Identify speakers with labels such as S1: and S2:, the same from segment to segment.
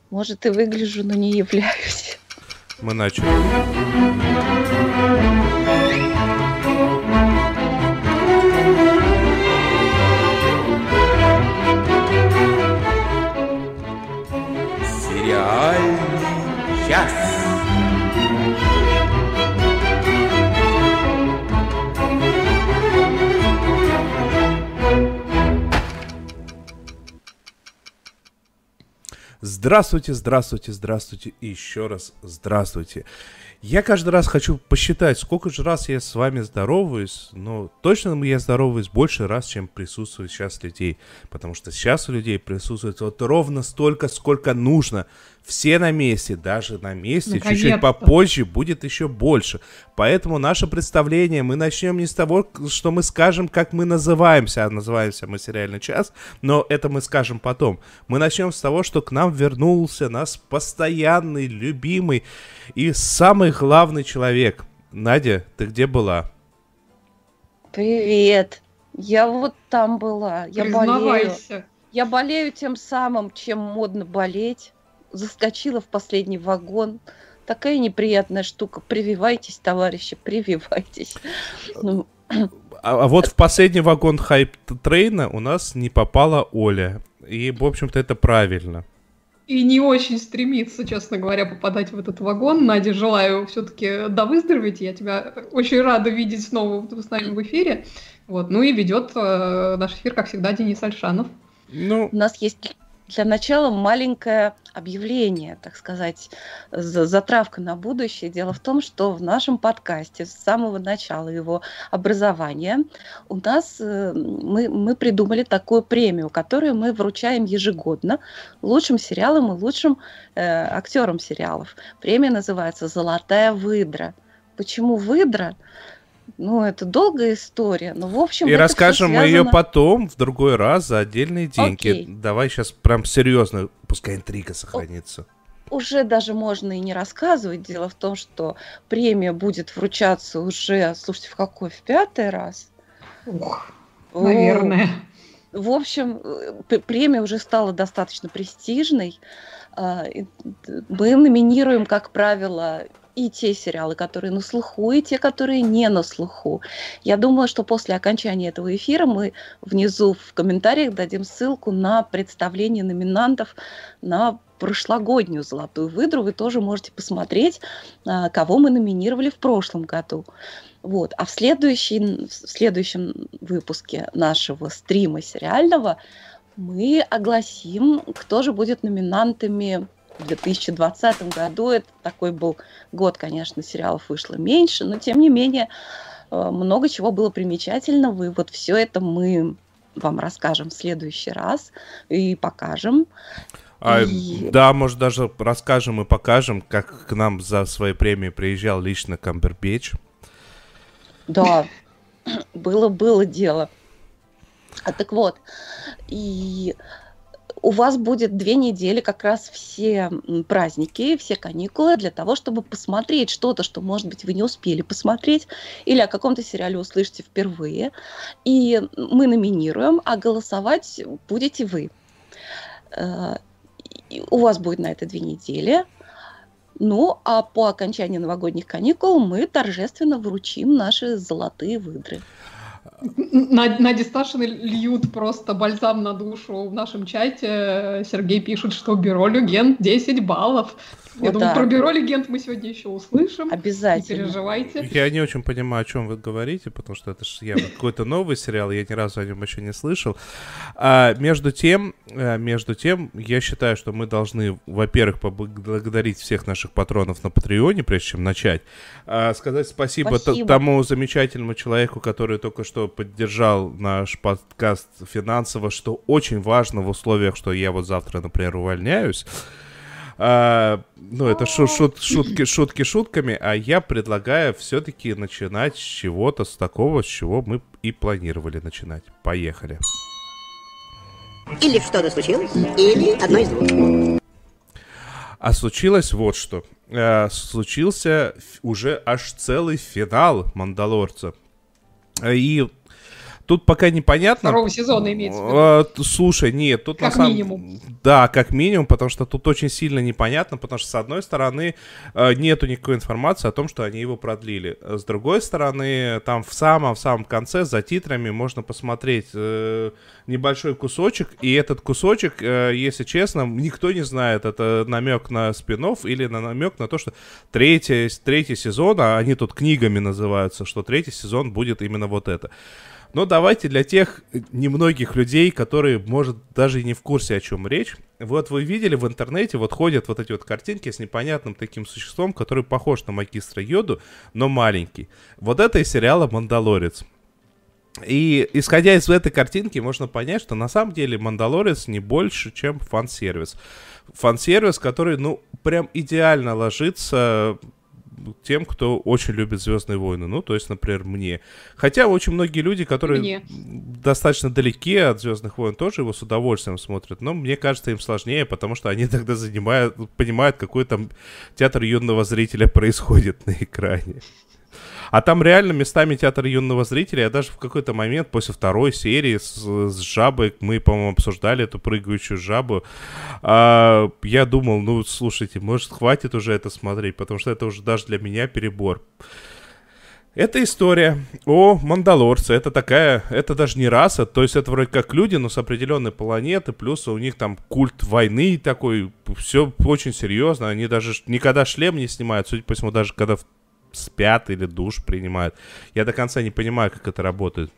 S1: Может, и выгляжу, но не являюсь.
S2: Мы начали.
S3: Сериальный час.
S2: Здравствуйте, здравствуйте, здравствуйте и еще раз здравствуйте. Я каждый раз хочу посчитать, сколько же раз я с вами здороваюсь, но точно я здороваюсь больше раз, чем присутствует сейчас людей. Потому что сейчас у людей присутствует вот ровно столько, сколько нужно. Все на месте, даже на месте,
S4: Наконец-то.
S2: чуть-чуть попозже будет еще больше. Поэтому наше представление мы начнем не с того, что мы скажем, как мы называемся, а называемся мы «Сериальный час», но это мы скажем потом. Мы начнем с того, что к нам вернулся наш постоянный, любимый и самый главный человек. Надя, ты где была?
S1: Привет. Я вот там была. Я болею.
S4: Признавайся.
S1: Я болею тем самым, чем модно болеть. Заскочила в последний вагон. Такая неприятная штука. Прививайтесь, товарищи, прививайтесь. Ну,
S2: А вот в последний вагон хайп-трейна у нас не попала Оля. И, в общем-то, это правильно.
S4: И не очень стремится, честно говоря, попадать в этот вагон. Надя, желаю все-таки довыздороветь. Я тебя очень рада видеть снова с нами в эфире. Вот. Ну и ведет наш эфир, как всегда, Денис Альшанов.
S2: Ну,
S1: у нас есть для начала маленькое объявление, так сказать, затравка на будущее. Дело в том, что в нашем подкасте с самого начала его образования у нас мы придумали такую премию, которую мы вручаем ежегодно лучшим сериалам и лучшим актерам сериалов. Премия называется «Золотая выдра». Почему выдра? Ну, это долгая история, но в общем...
S2: и
S1: это
S2: расскажем
S1: всё
S2: мы ее
S1: связано-
S2: потом, в другой раз, за отдельные деньги.
S1: Окей.
S2: Давай сейчас прям серьезно, пускай интрига сохранится.
S1: Уже даже можно и не рассказывать. Дело в том, что премия будет вручаться уже, слушайте, в какой? В 5-й раз?
S4: Ух,
S1: О,
S4: наверное.
S1: В общем, премия уже стала достаточно престижной. Мы номинируем, как правило, и те сериалы, которые на слуху, и те, которые не на слуху. Я думаю, что после окончания этого эфира мы внизу в комментариях дадим ссылку на представление номинантов на прошлогоднюю «Золотую выдру». Вы тоже можете посмотреть, кого мы номинировали в прошлом году. Вот. А в следующем выпуске нашего стрима сериального мы огласим, кто же будет номинантами в 2020 году. Это такой был год, конечно, сериалов вышло меньше, но тем не менее много чего было примечательного. И вот все это мы вам расскажем в следующий раз и покажем.
S2: Да, может, даже расскажем и покажем, как к нам за своей премией приезжал лично Камбербэтч.
S1: Да, было дело. Так вот, и у вас будет 2 недели, как раз все праздники, все каникулы для того, чтобы посмотреть что-то, что, может быть, вы не успели посмотреть, или о каком-то сериале услышите впервые. И мы номинируем, а голосовать будете вы. И у вас будет на это 2 недели. Ну, а по окончании новогодних каникул мы торжественно вручим наши золотые выдры.
S4: Наде Сташиной льют просто бальзам на душу в нашем чате. Сергей пишет, что бюро «Легенд» 10 баллов. Я думаю, про бюро «Легенд» мы сегодня еще услышим.
S1: Обязательно.
S4: Не переживайте.
S2: Я не очень понимаю, о чем вы говорите, потому что это же явно какой-то новый сериал, я ни разу о нем еще не слышал. Между тем, я считаю, что мы должны, во-первых, поблагодарить всех наших патронов на Патреоне, прежде чем начать. Сказать спасибо тому замечательному человеку, который только что поддержал наш подкаст финансово, что очень важно в условиях, что я вот завтра, например, увольняюсь. Ну, это шутки шутками, а я предлагаю все-таки начинать с чего-то, с такого, с чего мы и планировали начинать. Поехали.
S5: Или что-то случилось, или одно из двух.
S2: А случилось вот что. Случился уже аж целый финал «Мандалорца». И тут пока непонятно.
S4: Второго сезона имеется в виду.
S2: Слушай, нет, тут
S4: как минимум.
S2: Да, как минимум, потому что тут очень сильно непонятно, потому что, с одной стороны, нету никакой информации о том, что они его продлили. С другой стороны, там в самом конце, за титрами, можно посмотреть небольшой кусочек, и этот кусочек, если честно, никто не знает, это намек на спин-офф или намек на то, что третий сезон, а они тут книгами называются, что третий сезон будет именно вот это. Но давайте для тех немногих людей, которые, может, даже и не в курсе, о чем речь. Вот вы видели в интернете, вот ходят вот эти вот картинки с непонятным таким существом, который похож на магистра Йоду, но маленький. Вот это из сериала «Мандалорец». И исходя из этой картинки, можно понять, что на самом деле «Мандалорец» не больше, чем фан-сервис. Фан-сервис, который, ну, прям идеально ложится тем, кто очень любит «Звездные войны», ну, то есть, например, мне. Хотя очень многие люди, которые достаточно далеки от «Звездных войн», тоже его с удовольствием смотрят, но мне кажется, им сложнее, потому что они тогда понимают, какой там театр юного зрителя происходит на экране. А там реально местами театр юного зрителя, я даже в какой-то момент после второй серии с жабой, мы, по-моему, обсуждали эту прыгающую жабу, я думал, ну, слушайте, может, хватит уже это смотреть, потому что это уже даже для меня перебор. Это история о Мандалорце, это даже не раса, то есть это вроде как люди, но с определенной планеты, плюс у них там культ войны такой, все очень серьезно, они даже никогда шлем не снимают, судя по всему, даже когда спят или душ принимают. Я до конца не понимаю, как это работает.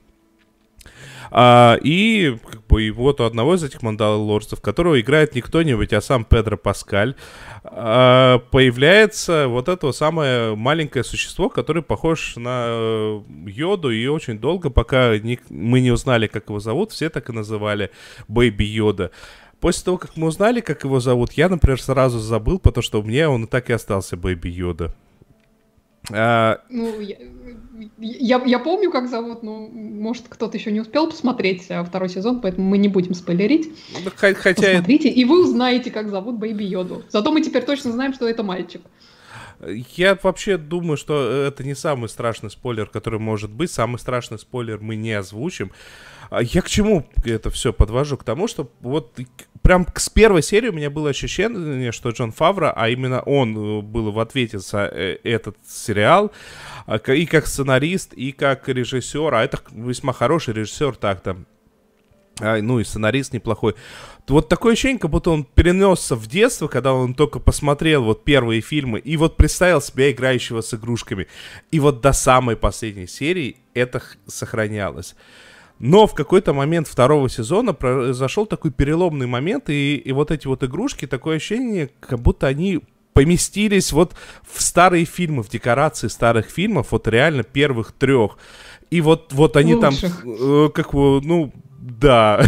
S2: И как бы, и вот у одного из этих мандалорцев, которого играет не кто-нибудь, а сам Педро Паскаль, появляется вот это самое маленькое существо, которое похоже на Йоду, и очень долго, пока мы не узнали, как его зовут, все так и называли Бэйби Йода. После того, как мы узнали, как его зовут, я, например, сразу забыл, потому что у меня он и так и остался Бэйби Йода.
S4: Ну, я помню, как зовут, но, может, кто-то еще не успел посмотреть второй сезон, поэтому мы не будем спойлерить.
S2: Хотя...
S4: Посмотрите, и вы узнаете, как зовут Бэйби Йоду. Зато мы теперь точно знаем, что это мальчик.
S2: Я вообще думаю, что это не самый страшный спойлер, который может быть. Самый страшный спойлер мы не озвучим. Я к чему это все подвожу? К тому, что вот прям с первой серии у меня было ощущение, что Джон Фавро, а именно он был в ответе за этот сериал, и как сценарист, и как режиссер, а это весьма хороший режиссер так-то, ну и сценарист неплохой. Вот такое ощущение, как будто он перенесся в детство, когда он только посмотрел вот первые фильмы, и вот представил себя играющего с игрушками. И вот до самой последней серии это сохранялось. Но в какой-то момент второго сезона произошел такой переломный момент, и вот эти вот игрушки, такое ощущение, как будто они поместились вот в старые фильмы, в декорации старых фильмов, вот реально первых 3. И вот они лучших. Там, как ну, да.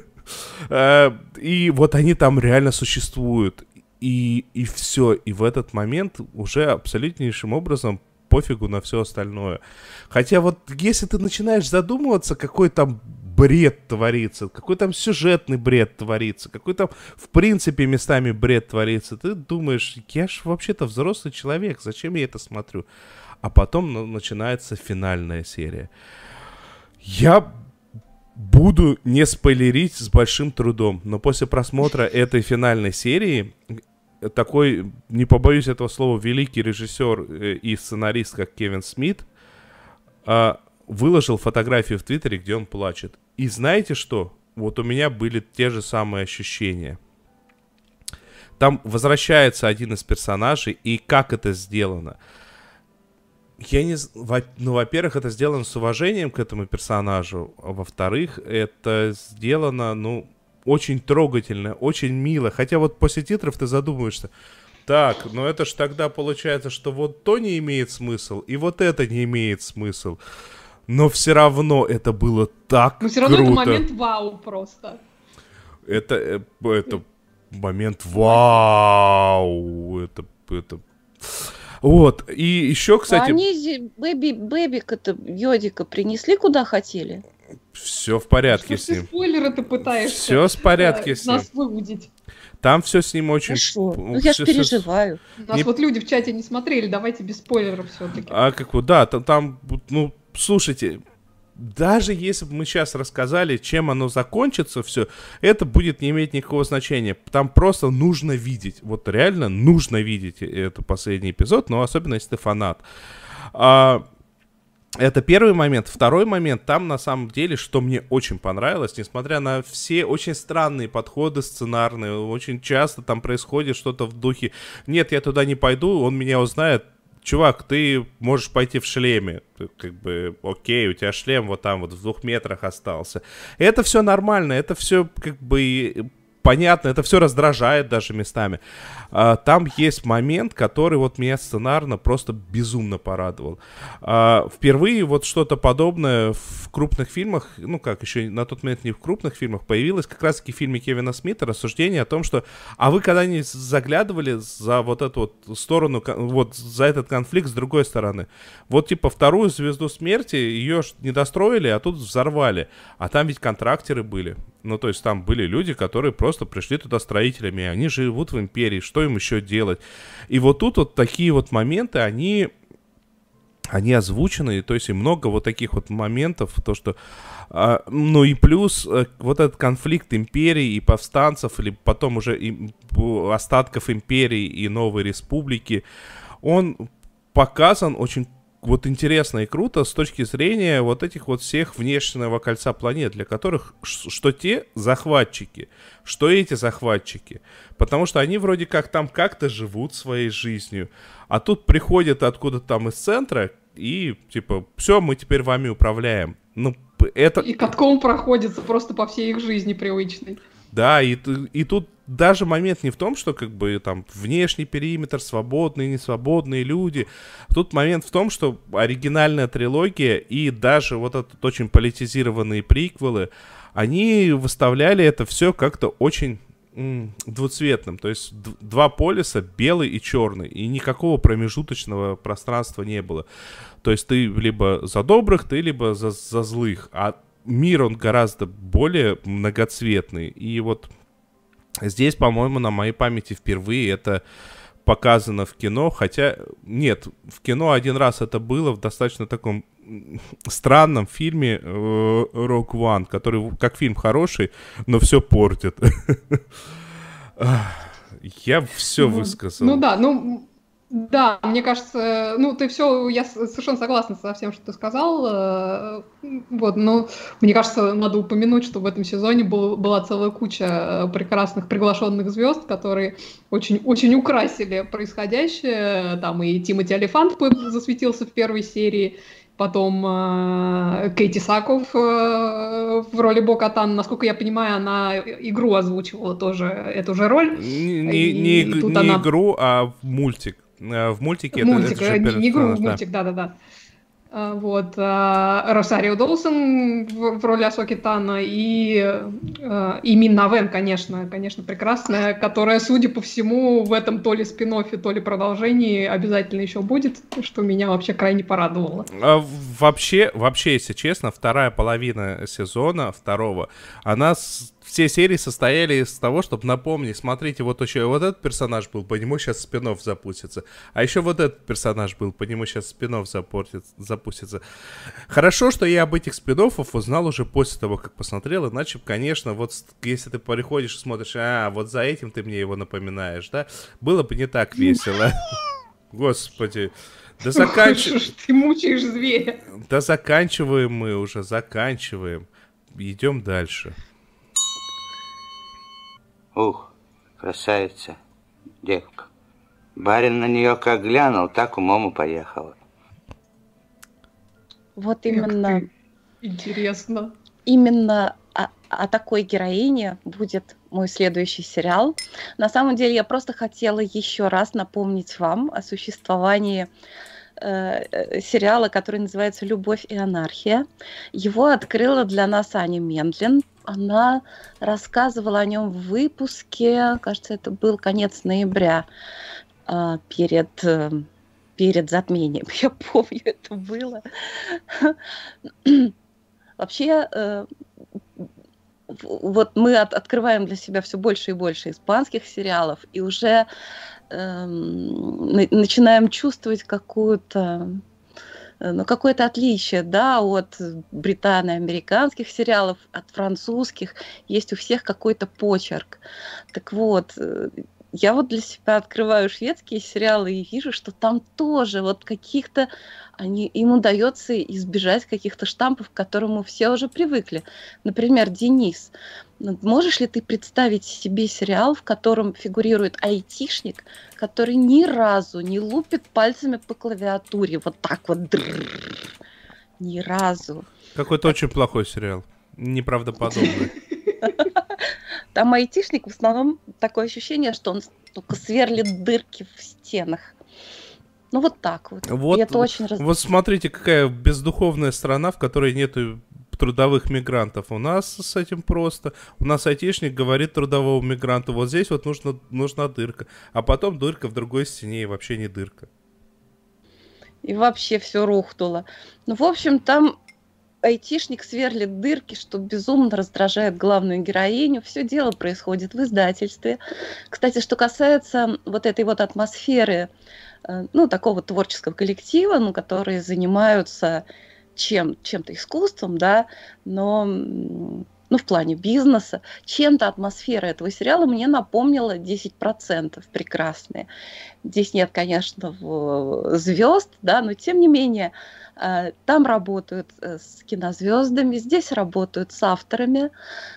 S2: И вот они там реально существуют. И все. И в этот момент уже абсолютнейшим образом пофигу на все остальное. Хотя вот если ты начинаешь задумываться, какой там бред творится, какой там сюжетный бред творится, какой там в принципе местами бред творится, ты думаешь, я ж вообще-то взрослый человек, зачем я это смотрю? А потом начинается финальная серия. Я буду не спойлерить с большим трудом, но после просмотра этой финальной серии такой, не побоюсь этого слова, великий режиссер и сценарист, как Кевин Смит, выложил фотографию в Твиттере, где он плачет. И знаете что? Вот у меня были те же самые ощущения. Там возвращается один из персонажей, и как это сделано? Я не знаю, ну, во-первых, это сделано с уважением к этому персонажу, а во-вторых, это сделано, ну, очень трогательно, очень мило. Хотя вот после титров ты задумываешься, так, но это ж тогда получается, что вот то не имеет смысл, и вот это не имеет смысл. Но все равно это было так круто. Но все равно
S4: это момент вау просто.
S2: Это момент вау. Это... Вот, и еще, кстати...
S1: Они Бэбика-то, Йодика, принесли куда хотели?
S2: Все в порядке с ним.
S4: Ты спойлеры-то пытаешься
S2: все с порядке с ним.
S4: Нас выудить.
S2: Там все с ним очень...
S1: Ну, я же переживаю.
S4: Нас вот люди в чате не смотрели, давайте без спойлеров все-таки.
S2: А как вот, да, там, ну, слушайте, даже если бы мы сейчас рассказали, чем оно закончится, все, это будет не иметь никакого значения. Там просто нужно видеть. Вот реально нужно видеть этот последний эпизод, но особенно если ты фанат. Это первый момент. Второй момент, там на самом деле, что мне очень понравилось, несмотря на все очень странные подходы сценарные, очень часто там происходит что-то в духе «нет, я туда не пойду, он меня узнает». Чувак, ты можешь пойти в шлеме, как бы, окей, у тебя шлем вот там вот в 2 метрах остался. Это все нормально, это все как бы понятно, это все раздражает даже местами. Там есть момент, который вот меня сценарно просто безумно порадовал. Впервые вот что-то подобное в крупных фильмах, ну как, еще на тот момент не в крупных фильмах, появилось как раз-таки в фильме Кевина Смита рассуждение о том, что, а вы когда-нибудь заглядывали за вот эту вот сторону, вот за этот конфликт с другой стороны? Вот типа вторую звезду смерти, ее не достроили, а тут взорвали. А там ведь контрактеры были. Ну, то есть там были люди, которые просто пришли туда строителями, и они живут в империи, что им еще делать? И вот тут вот такие вот моменты, они озвучены, то есть и много вот таких вот моментов, то что, ну и плюс вот этот конфликт империи и повстанцев, или потом уже остатков империи и новой республики, он показан очень вот интересно и круто с точки зрения вот этих вот всех внешнего кольца планет, для которых что те захватчики, что эти захватчики. Потому что они вроде как там как-то живут своей жизнью, а тут приходят откуда-то там из центра и типа, все, мы теперь вами управляем. Ну, это... И
S4: катком проходится просто по всей их жизни привычной.
S2: Да, и тут даже момент не в том, что как бы там внешний периметр, свободные, несвободные люди. Тут момент в том, что оригинальная трилогия и даже вот этот очень политизированные приквелы, они выставляли это все как-то очень двуцветным. То есть 2 полюса, белый и черный, и никакого промежуточного пространства не было. То есть ты либо за добрых, ты либо за злых. А мир, он гораздо более многоцветный. И вот здесь, по-моему, на моей памяти впервые это показано в кино. Хотя, нет, в кино один раз это было в достаточно таком странном фильме Rogue One, который как фильм хороший, но все портит. Я все высказал.
S4: Ну да, да, мне кажется, ты все, я совершенно согласна со всем, что ты сказал, вот, но мне кажется, надо упомянуть, что в этом сезоне была целая куча прекрасных приглашенных звезд, которые очень, очень украсили происходящее, там и Тимоти Олифант засветился в первой серии, потом Кейти Саков в роли Бо-Катан, насколько я понимаю, она игру озвучивала тоже, эту же роль.
S2: Не игру, а мультик. В мультике
S4: мультик, это не игру, мультик, да. Вот, Росарио Доусон в роли Асоки Тано и Мин-На Вен, конечно, прекрасная, которая, судя по всему, в этом то ли спин-оффе, то ли продолжении обязательно еще будет, что меня вообще крайне порадовало.
S2: Вообще, если честно, вторая половина сезона, второго, все серии состояли из того, чтобы напомнить, смотрите, вот еще вот этот персонаж был, по нему сейчас спин-офф запустится. А еще вот этот персонаж был, по нему сейчас спин-офф запустится. Хорошо, что я об этих спин-оффах узнал уже после того, как посмотрел. Иначе, конечно, вот если ты приходишь и смотришь, вот за этим ты мне его напоминаешь, да, было бы не так весело. Господи. Да
S4: Ты мучаешь зверя.
S2: Да заканчиваем мы уже, заканчиваем. Идем дальше.
S3: Ух, красавица, девка. Барин на нее как глянул, так умом и поехала.
S1: Вот именно.
S4: Интересно.
S1: Именно о такой героине будет мой следующий сериал. На самом деле я просто хотела еще раз напомнить вам о существовании сериала, который называется «Любовь и анархия». Его открыла для нас Аня Мендлин. Она рассказывала о нем в выпуске, кажется, это был конец ноября, перед затмением. Я помню, это было. Вообще, вот мы открываем для себя все больше и больше испанских сериалов, и уже начинаем чувствовать какую-то но какое-то отличие, да, от британо-американских сериалов, от французских. Есть у всех какой-то почерк. Так вот, я вот для себя открываю шведские сериалы и вижу, что там тоже вот каких-то им удается избежать каких-то штампов, к которым мы все уже привыкли. Например, Денис. Можешь ли ты представить себе сериал, в котором фигурирует айтишник, который ни разу не лупит пальцами по клавиатуре? Вот так вот. Ни разу.
S2: Какой-то очень плохой сериал. Неправдоподобный.
S1: Там айтишник в основном такое ощущение, что он только сверлит дырки в стенах. Ну вот так вот.
S2: Вот,
S1: и это очень
S2: вот смотрите, какая бездуховная страна, в которой нету трудовых мигрантов. У нас с этим просто. У нас айтишник говорит трудовому мигранту: вот здесь вот нужна дырка. А потом дырка в другой стене и вообще не дырка.
S1: И вообще все рухнуло. Ну, в общем, там айтишник сверлит дырки, что безумно раздражает главную героиню. Все дело происходит в издательстве. Кстати, что касается вот этой вот атмосферы, ну, такого творческого коллектива, ну, которые занимаются чем-то искусством, да, но, ну, в плане бизнеса, чем-то атмосфера этого сериала мне напомнила 10% прекрасные. Здесь нет, конечно, звезд, да, но тем не менее там работают с кинозвездами, здесь работают с авторами,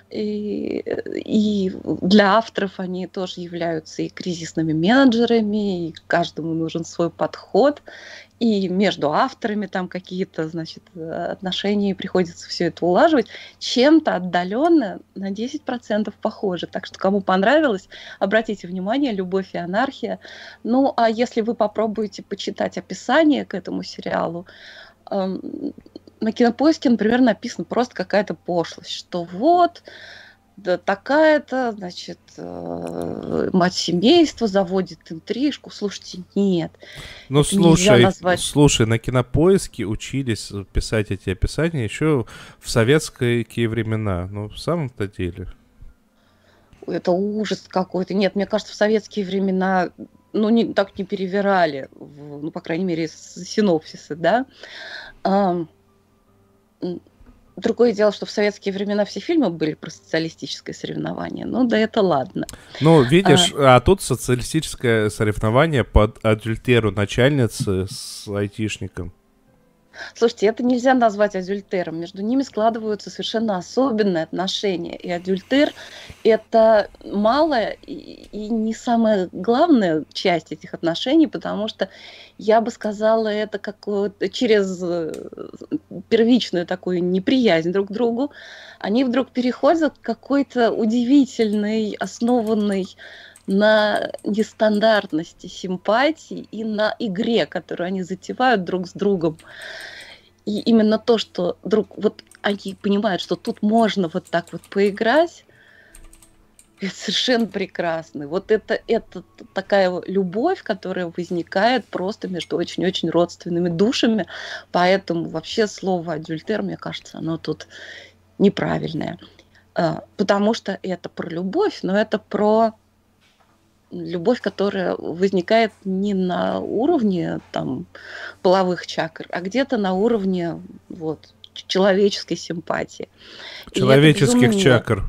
S1: и для авторов они тоже являются и кризисными менеджерами, и каждому нужен свой подход, и между авторами там какие-то, значит, отношения, приходится все это улаживать. Чем-то отдаленно на 10% похоже. Так что, кому понравилось, обратите внимание, «Любовь и анархия». Ну, а если вы попробуете почитать описание к этому сериалу, на Кинопоиске, например, написано просто какая-то пошлость, что вот, да, такая-то, значит, мать семейства заводит интрижку. Слушайте, нет.
S2: Ну, слушай, на Кинопоиске учились писать эти описания еще в советские времена. Ну, в самом-то деле.
S1: Это ужас какой-то. Нет, мне кажется, в советские времена, ну, так не перевирали, ну, по крайней мере, синопсисы, да. Другое дело, что в советские времена все фильмы были про социалистическое соревнование. Ну, да это ладно.
S2: Ну, видишь, а тут социалистическое соревнование под адюльтеру начальницы с айтишником.
S1: Слушайте, это нельзя назвать адюльтером. Между ними складываются совершенно особенные отношения. И адюльтер – это малая и не самая главная часть этих отношений, потому что, я бы сказала, это через первичную такую неприязнь друг к другу они вдруг переходят к какой-то удивительной, основанной на нестандартности симпатии и на игре, которую они затевают друг с другом. И именно то, что вот они понимают, что тут можно вот так вот поиграть, это совершенно прекрасно. Вот это такая любовь, которая возникает просто между очень-очень родственными душами. Поэтому вообще слово адюльтер, мне кажется, оно тут неправильное. Потому что это про любовь, но это про любовь, которая возникает не на уровне там половых чакр, а где-то на уровне вот человеческой симпатии.
S2: Человеческих чакр.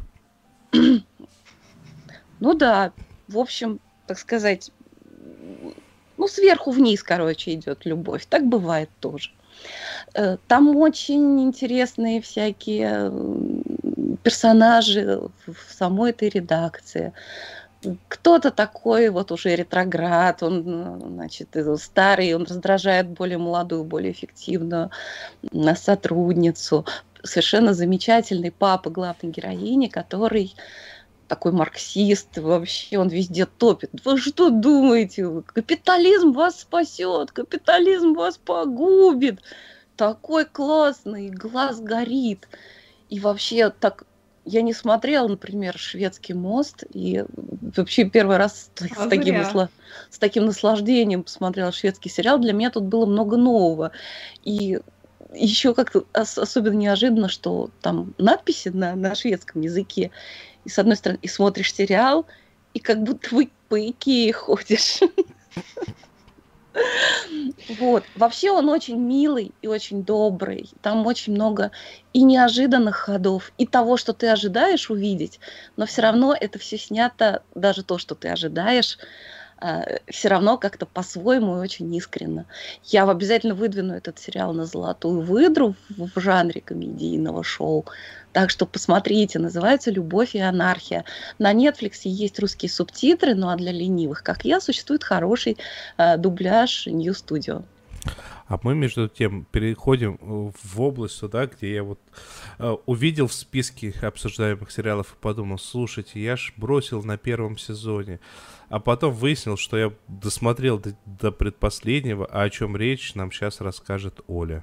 S1: Ну да, в общем, так сказать, ну сверху вниз, короче, идет любовь. Так бывает тоже. Там очень интересные всякие персонажи в самой этой редакции. Кто-то такой вот уже ретроград, он, значит, старый, он раздражает более молодую, более эффективную сотрудницу. Совершенно замечательный папа главной героини, который такой марксист, вообще он везде топит. Вы что думаете? Капитализм вас спасет, капитализм вас погубит. Такой классный, глаз горит. И вообще так... Я не смотрела, например, «Шведский мост», и вообще первый раз с таким наслаждением посмотрела шведский сериал. Для меня тут было много нового. И еще как-то особенно неожиданно, что там надписи на шведском языке. И с одной стороны, и смотришь сериал, и как будто вы по Икее ходишь. Вот. Вообще он очень милый и очень добрый. Там очень много и неожиданных ходов, и того, что ты ожидаешь увидеть, но все равно это все снято, даже то, что ты ожидаешь, все равно как-то по-своему и очень искренно. Я обязательно выдвину этот сериал на золотую выдру в жанре комедийного шоу. Так что посмотрите, называется «Любовь и анархия». На Netflix есть русские субтитры, ну а для ленивых, как я, существует хороший дубляж New Studio.
S2: А мы, между тем, переходим в область туда, где я вот увидел в списке обсуждаемых сериалов и подумал, слушайте, я ж бросил на первом сезоне, а потом выяснил, что я досмотрел до предпоследнего, а о чем речь, нам сейчас расскажет Оля.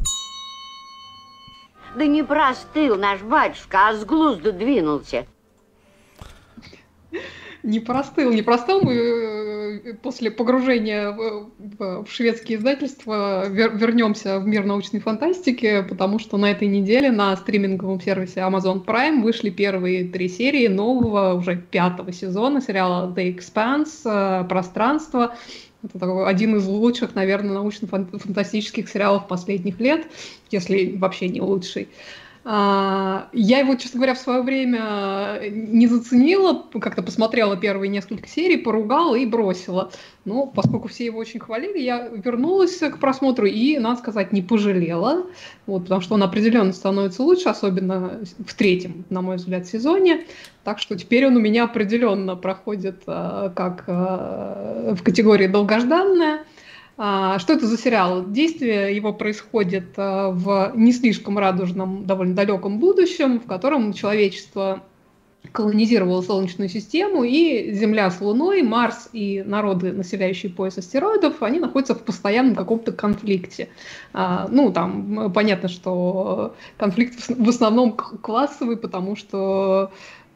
S6: Да не простыл наш батюшка, а с глузду двинулся.
S4: Не простыл. Мы после погружения в шведские издательства вернемся в мир научной фантастики, потому что на этой неделе на стриминговом сервисе Amazon Prime вышли первые 3 серии нового, уже 5-го сезона сериала The Expanse, «Пространство». Это такой один из лучших, наверное, научно-фантастических сериалов последних лет, если вообще не лучший. Я его, честно говоря, в свое время не заценила, как-то посмотрела первые несколько серий, поругала и бросила. Но поскольку все его очень хвалили, я вернулась к просмотру и, надо сказать, не пожалела, вот, потому что он определенно становится лучше, особенно в 3-м, на мой взгляд, сезоне. Так что теперь он у меня определенно проходит как в категории «долгожданная». Что это за сериал? Действие его происходит в не слишком радужном, довольно далеком будущем, в котором человечество колонизировало Солнечную систему, и Земля с Луной, Марс и народы, населяющие пояс астероидов, они находятся в постоянном каком-то конфликте. Там понятно, что конфликт в основном классовый, потому что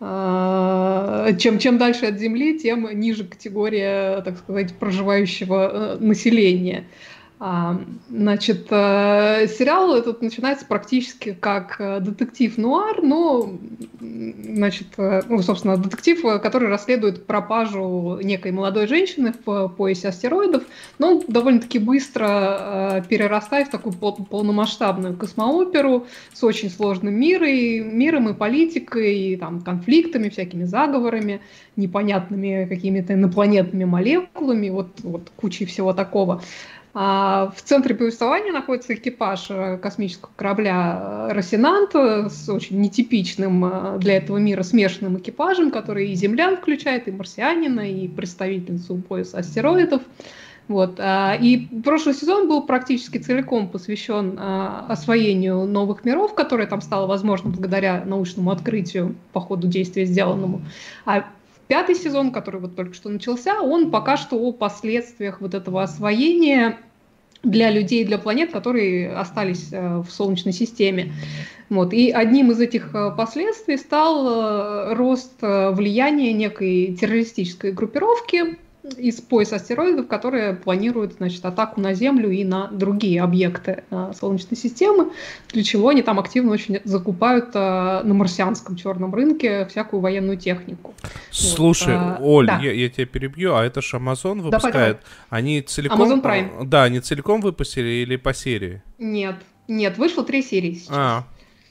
S4: чем дальше от Земли, тем ниже категория, так сказать, проживающего населения. Значит, сериал этот начинается практически как детектив-нуар, но, значит, собственно, детектив, который расследует пропажу некой молодой женщины в поясе астероидов, но он довольно-таки быстро перерастает в такую полномасштабную космооперу с очень сложным миром и политикой, и там конфликтами, всякими заговорами, непонятными какими-то инопланетными молекулами, вот кучей всего такого. В центре повествования находится экипаж космического корабля «Росинант» с очень нетипичным для этого мира смешанным экипажем, который и землян включает, и марсианина, и представительницу пояса астероидов. Вот. И прошлый сезон был практически целиком посвящен освоению новых миров, которое там стало возможно благодаря научному открытию по ходу действия сделанному. А 5-й сезон, который вот только что начался, он пока что о последствиях вот этого освоения для людей, для планет, которые остались в Солнечной системе. Вот. И одним из этих последствий стал рост влияния некой террористической группировки из пояса астероидов, которые планируют, значит, атаку на Землю и на другие объекты Солнечной системы, для чего они там активно очень закупают на марсианском черном рынке всякую военную технику.
S2: Слушай, Оль, да. я тебя перебью, а это же Amazon выпускает? Давай. Они целиком...
S4: Amazon Prime.
S2: Да, они целиком выпустили или по серии?
S4: Нет, вышло 3 серии сейчас.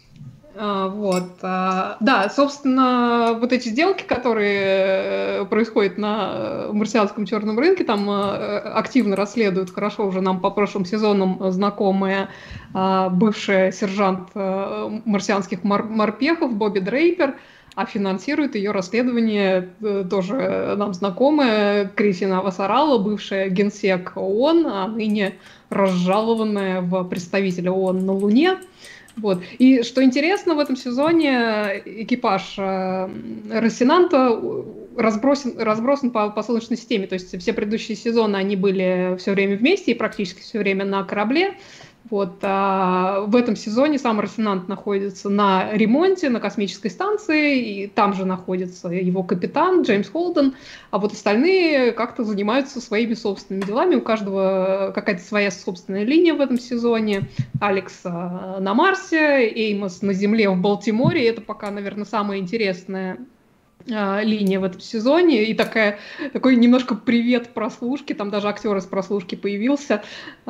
S4: Да, собственно, вот эти сделки, которые происходят на марсианском черном рынке, там активно расследуют, хорошо уже нам по прошлым сезонам знакомая бывшая сержант марсианских морпехов Бобби Дрейпер, а финансирует ее расследование тоже нам знакомая Крисина Авасарала, бывшая генсек ООН, а ныне разжалованная в представителя ООН на Луне. Вот. И что интересно, в этом сезоне экипаж Росинанта разбросан по Солнечной системе. То есть все предыдущие сезоны они были все время вместе и практически все время на корабле. Вот. А в этом сезоне сам Росинант находится на ремонте на космической станции, и там же находится его капитан Джеймс Холден, а вот остальные как-то занимаются своими собственными делами, у каждого какая-то своя собственная линия в этом сезоне. Алекс на Марсе, Эймос на Земле в Балтиморе, это пока, наверное, самое интересное линия в этом сезоне, и такой немножко привет прослушки, там даже актер из прослушки появился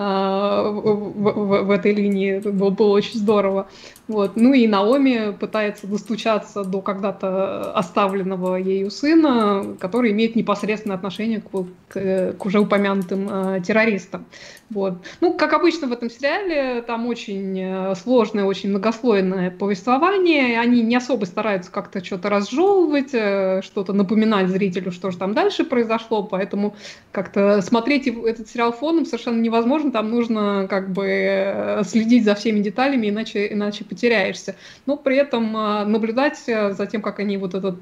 S4: в этой линии, это было очень здорово. Вот. Ну и Наоми пытается достучаться до когда-то оставленного ею сына, который имеет непосредственное отношение к уже упомянутым террористам. Вот. Ну, как обычно в этом сериале, там очень сложное, очень многослойное повествование, они не особо стараются как-то что-то разжевывать, что-то напоминать зрителю, что же там дальше произошло, поэтому как-то смотреть этот сериал фоном совершенно невозможно, там нужно как бы следить за всеми деталями, иначе потеряешься. Но при этом наблюдать за тем, как они вот этот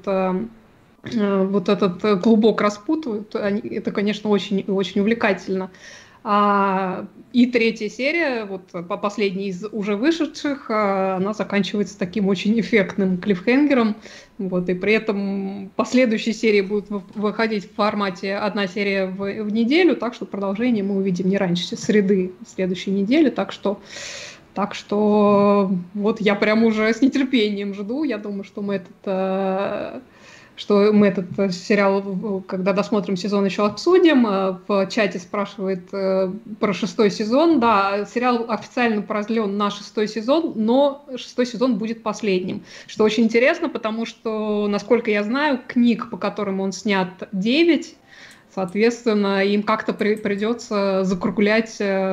S4: клубок распутывают, это, конечно, очень, очень увлекательно. И третья серия, вот последняя из уже вышедших, она заканчивается таким очень эффектным клиффхенгером. Вот, и при этом последующие серии будут выходить в формате одна серия в неделю, так что продолжение мы увидим не раньше среды следующей недели. Так что вот я прям уже с нетерпением жду. Я думаю, что мы этот сериал, когда досмотрим сезон, еще обсудим. В чате спрашивает про 6-й сезон. Да, сериал официально продлен на 6-й сезон, но 6-й сезон будет последним. Что очень интересно, потому что, насколько я знаю, книг, по которым он снят, 9. Соответственно, им как-то придется закруглять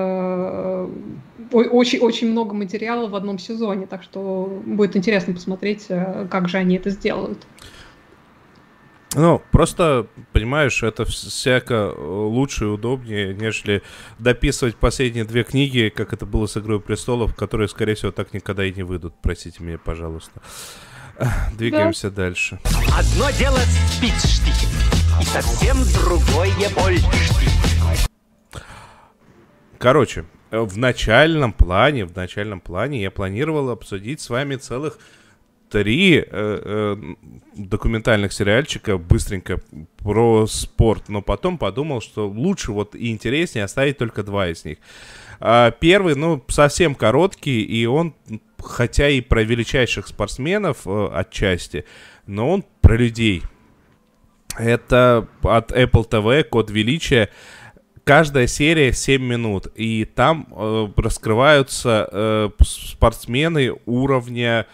S4: очень много материала в одном сезоне. Так что будет интересно посмотреть, как же они это сделают.
S2: Ну, просто, понимаешь, это всяко лучше и удобнее, нежели дописывать последние 2 книги, как это было с «Игрой престолов», которые, скорее всего, так никогда и не выйдут. Простите меня, пожалуйста. Двигаемся дальше.
S7: Одно дело спичштихи, и совсем другое больштихи.
S2: Короче, в начальном плане я планировал обсудить с вами целых 3 документальных сериальчика быстренько про спорт, но потом подумал, что лучше вот и интереснее оставить только 2 из них. Первый, совсем короткий, и он, хотя и про величайших спортсменов отчасти, но он про людей. Это от Apple TV, «Код величия». Каждая серия 7 минут, и там раскрываются спортсмены уровня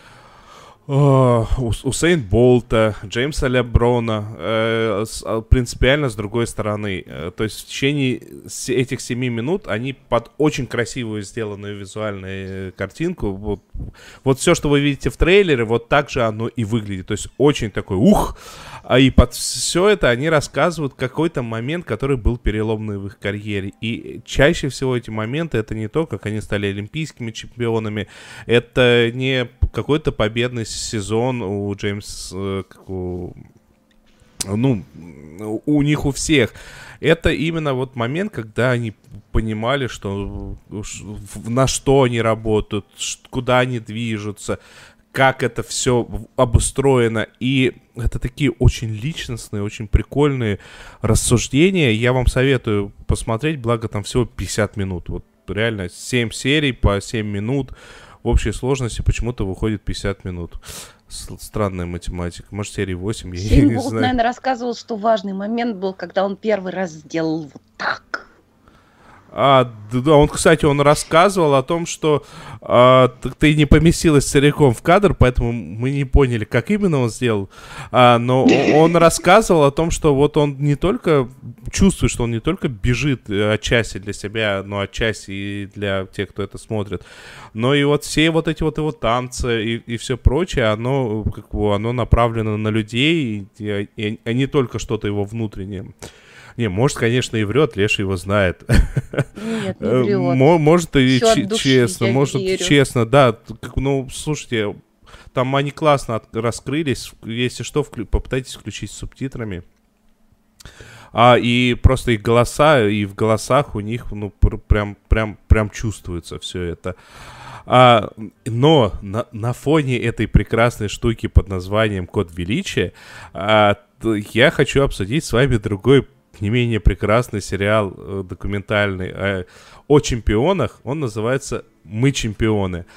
S2: Усейн Болта, Джеймса Леброна, принципиально с другой стороны. То есть в течение этих 7 минут они под очень красивую сделанную визуальную картинку, вот все, что вы видите в трейлере, вот так же оно и выглядит. То есть очень такой и под все это они рассказывают какой-то момент, который был переломный в их карьере. И чаще всего эти моменты — это не то, как они стали олимпийскими чемпионами, это не какой-то победный сезон у Джеймса, у них у всех. Это именно вот момент, когда они понимали, что на что они работают, куда они движутся, как это все обустроено. И это такие очень личностные, очень прикольные рассуждения. Я вам советую посмотреть, благо там всего 50 минут. Вот реально 7 серий по 7 минут. В общей сложности почему-то выходит 50 минут. Странная математика. Может, серии 8, я не
S1: знаю. Наверное, рассказывал, что важный момент был, когда он первый раз сделал вот так.
S2: Да, он рассказывал о том, что ты не поместилась целиком в кадр, поэтому мы не поняли, как именно он сделал. Но он рассказывал о том, что вот он не только чувствует, что он не только бежит отчасти для себя, но отчасти и для тех, кто это смотрит, но и вот все вот эти вот его танцы и все прочее, оно направлено на людей, а не только что-то его внутреннее. Не, может, конечно, и врет, Леша его знает.
S1: Нет, не врет.
S2: Может, и честно,
S1: верю.
S2: Честно, да. Слушайте, там они классно раскрылись. Если что, попытайтесь включить с субтитрами. И просто их голоса, и в голосах у них, прям чувствуется все это. Но на фоне этой прекрасной штуки под названием «Код величия» я хочу обсудить с вами другой, не менее прекрасный сериал документальный о чемпионах. Он называется «Мы чемпионы».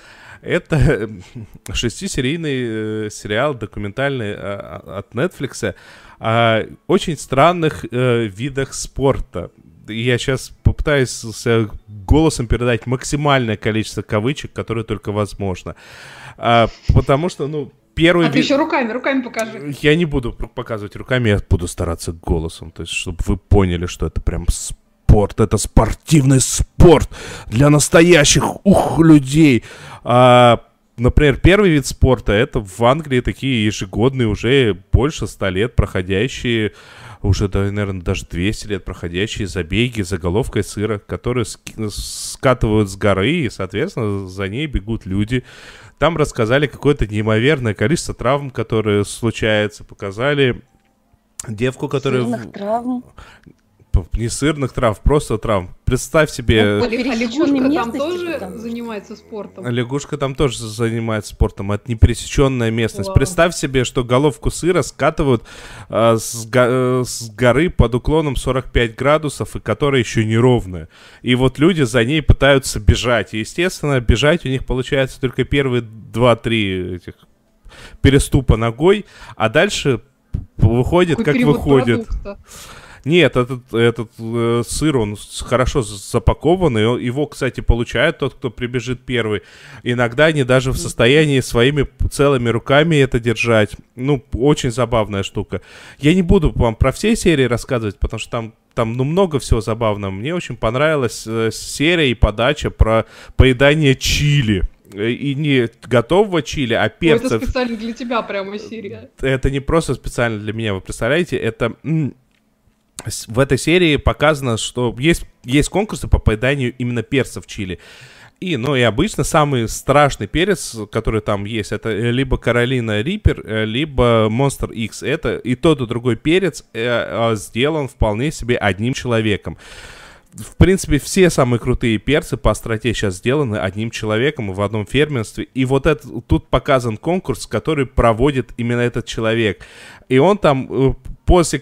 S2: Это 6-серийный сериал документальный от Netflix о очень странных видах спорта. Я сейчас попытаюсь голосом передать максимальное количество кавычек, которые только возможно. Потому что, первый
S4: ты еще руками покажи.
S2: Я не буду показывать руками, я буду стараться голосом, то есть, чтобы вы поняли, что это прям спорт, это спортивный спорт для настоящих людей. Например, первый вид спорта — это в Англии такие ежегодные, уже больше 100 лет проходящие, уже, наверное, даже 200 лет проходящие забеги за головкой сыра, которые скатывают с горы, и, соответственно, за ней бегут люди. Там рассказали какое-то неимоверное количество травм, которые случаются, показали девку, которая...
S1: Сырных травм.
S2: Не сырных трав, просто травм. Представь себе...
S4: А лягушка там тоже занимается спортом?
S2: Лягушка там тоже занимается спортом. Это непересеченная местность. Wow. Представь себе, что головку сыра скатывают с горы под уклоном 45 градусов, и которая еще неровная. И вот люди за ней пытаются бежать. И, естественно, бежать у них получается только первые 2-3 этих переступа ногой, а дальше выходит, какой как выходит. Продукта. Нет, этот сыр, он хорошо запакован, и его, кстати, получает тот, кто прибежит первый. Иногда они даже в состоянии своими целыми руками это держать. Очень забавная штука. Я не буду вам про все серии рассказывать, потому что там много всего забавного. Мне очень понравилась серия и подача про поедание чили. И не готового чили, а перцев.
S4: Это специально для тебя прямо серия.
S2: Это не просто специально для меня, вы представляете? Это... В этой серии показано, что есть конкурсы по поеданию именно перцев чили. И обычно самый страшный перец, который там есть, это либо Каролина Риппер, либо Monster X. Это и тот, и другой перец сделан вполне себе одним человеком. В принципе, все самые крутые перцы по остроте сейчас сделаны одним человеком в одном фермерстве. И вот тут показан конкурс, который проводит именно этот человек. И он там после...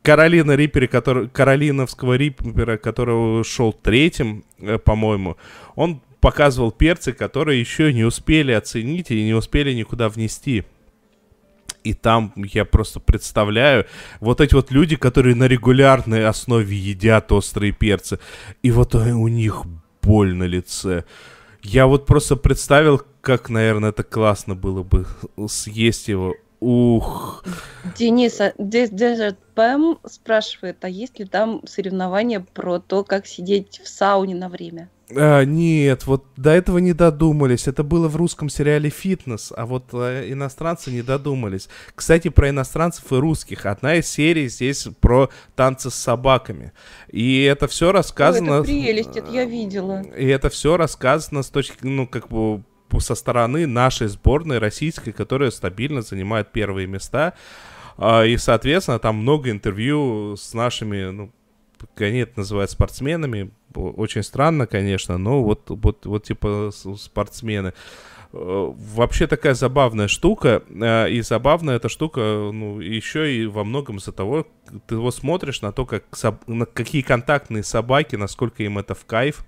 S2: Каролиновского Риппера, который шел третьим, по-моему, он показывал перцы, которые еще не успели оценить и не успели никуда внести. И там я просто представляю вот эти вот люди, которые на регулярной основе едят острые перцы, и вот у них боль на лице. Я вот просто представил, как, наверное, это классно было бы съесть его. Ух.
S1: Денис, Desert Pam спрашивает, а есть ли там соревнования про то, как сидеть в сауне на время?
S2: Нет, вот до этого не додумались. Это было в русском сериале «Фитнес», а вот иностранцы не додумались. Кстати, про иностранцев и русских. Одна из серий здесь про танцы с собаками. И это все рассказано...
S1: это прелесть, это я видела.
S2: И это все рассказано с точки, со стороны нашей сборной российской, которая стабильно занимает первые места. И, соответственно, там много интервью с нашими, они это называют спортсменами. Очень странно, конечно, но вот типа спортсмены. Вообще такая забавная штука. И забавная эта штука, еще и во многом из-за того, ты его смотришь на то, какие контактные собаки, насколько им это в кайф.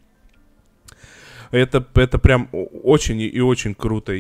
S2: Это прям очень и очень круто.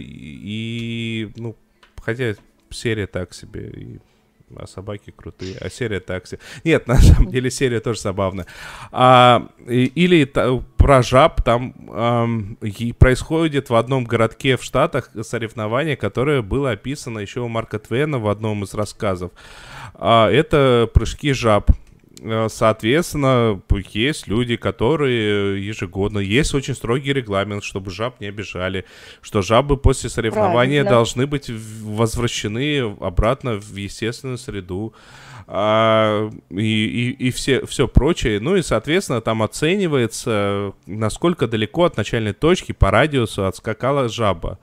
S2: Хотя серия так себе, а собаки крутые, а серия так себе. Нет, на самом деле серия тоже забавная. Или про жаб, там происходит в одном городке в Штатах соревнование, которое было описано еще у Марка Твена в одном из рассказов. Это прыжки жаб. Соответственно, есть люди, которые ежегодно... Есть очень строгий регламент, чтобы жаб не обижали, что жабы после соревнования должны быть возвращены обратно в естественную среду и все прочее. И, соответственно, там оценивается, насколько далеко от начальной точки по радиусу отскакала жаба.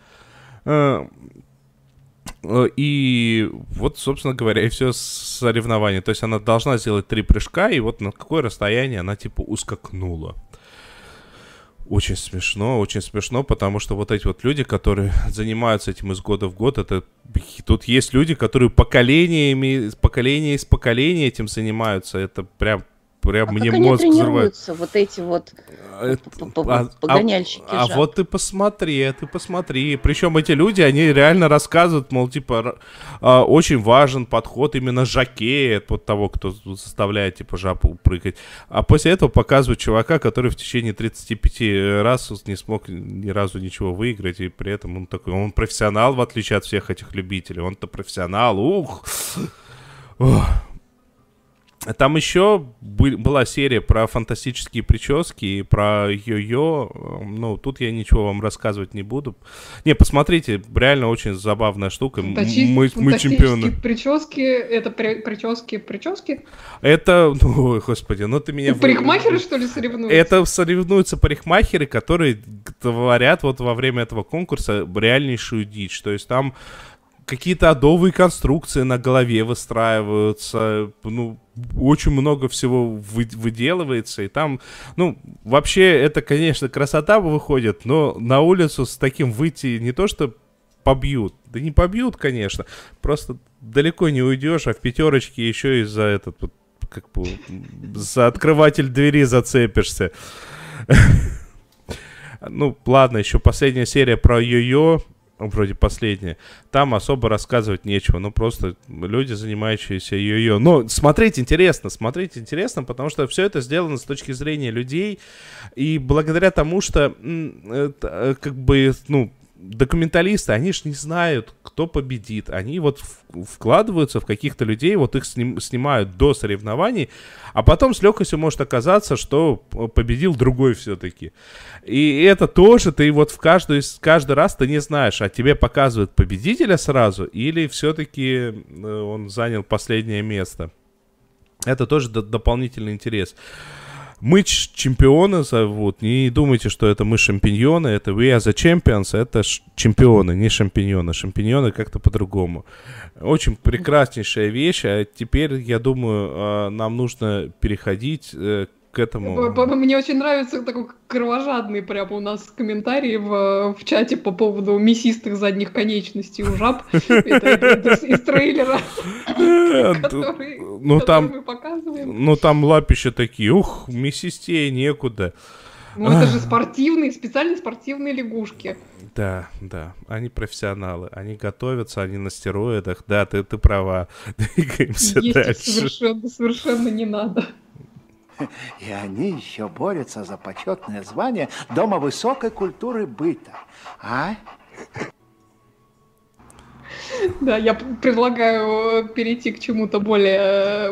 S2: И вот, собственно говоря, и все соревнование. То есть она должна сделать 3 прыжка, и вот на какое расстояние она типа ускакнула. Очень смешно, потому что вот эти вот люди, которые занимаются этим из года в год, тут есть люди, которые поколение из поколения этим занимаются. Это прям прям мне
S1: как
S2: мозг
S1: они
S2: взрывает.
S1: тренируются, вот эти вот погоняльщики
S2: А
S1: жаб?
S2: вот ты посмотри. Причем эти люди, они реально рассказывают, мол, типа, очень важен подход именно жокея, вот того, кто заставляет, типа, жабу прыгать. А после этого показывают чувака, который в течение 35 раз не смог ни разу ничего выиграть, и при этом он такой, он профессионал, в отличие от всех этих любителей. Он-то профессионал, ух! Там еще была серия про фантастические прически и про йо-йо. Ну, тут я ничего вам рассказывать не буду. Не, посмотрите, реально очень забавная штука. Мы чемпионы.
S4: Прически, это прически?
S2: Это, ой, господи, ну ты меня...
S4: Парикмахеры, что ли, соревнуются?
S2: Это соревнуются парикмахеры, которые творят вот во время этого конкурса реальнейшую дичь. То есть там какие-то адовые конструкции на голове выстраиваются, ну, очень много всего выделывается, и там, ну, вообще, это, конечно, красота выходит, но на улицу с таким выйти не то, что побьют, да не побьют, конечно, просто далеко не уйдешь, а в пятерочке еще и за этот, вот, как бы, за открыватель двери зацепишься. Ну, ладно, еще последняя серия про йо-йо, вроде последняя, там особо рассказывать нечего, ну просто люди, занимающиеся йо-йо. Но смотреть интересно, потому что все это сделано с точки зрения людей, и благодаря тому, что как бы, ну, документалисты, они ж не знают, кто победит. Они вот вкладываются в каких-то людей, вот их снимают до соревнований, а потом с легкостью может оказаться, что победил другой все-таки. И это тоже ты вот каждый раз ты не знаешь, а тебе показывают победителя сразу или все-таки он занял последнее место. Это тоже дополнительный интерес. Мы чемпионы зовут. Не думайте, что это мы шампиньоны. Это we are the champions. Это чемпионы, не шампиньоны. Шампиньоны как-то по-другому. Очень прекраснейшая вещь. А теперь, я думаю, нам нужно переходить к этому.
S4: Мне очень нравится такой кровожадный прямо у нас комментарий в чате по поводу мясистых задних конечностей у жаб. Это из трейлера, который мы показываем.
S2: Ну там лапища такие, ух, мясистее некуда.
S4: Ну это же специальные спортивные лягушки.
S2: Да, они профессионалы, они готовятся, они на стероидах. Да, ты права. Двигаемся дальше.
S4: Совершенно не надо.
S8: И они еще борются за почетное звание Дома высокой культуры быта. А?
S4: Да, я предлагаю перейти к чему-то более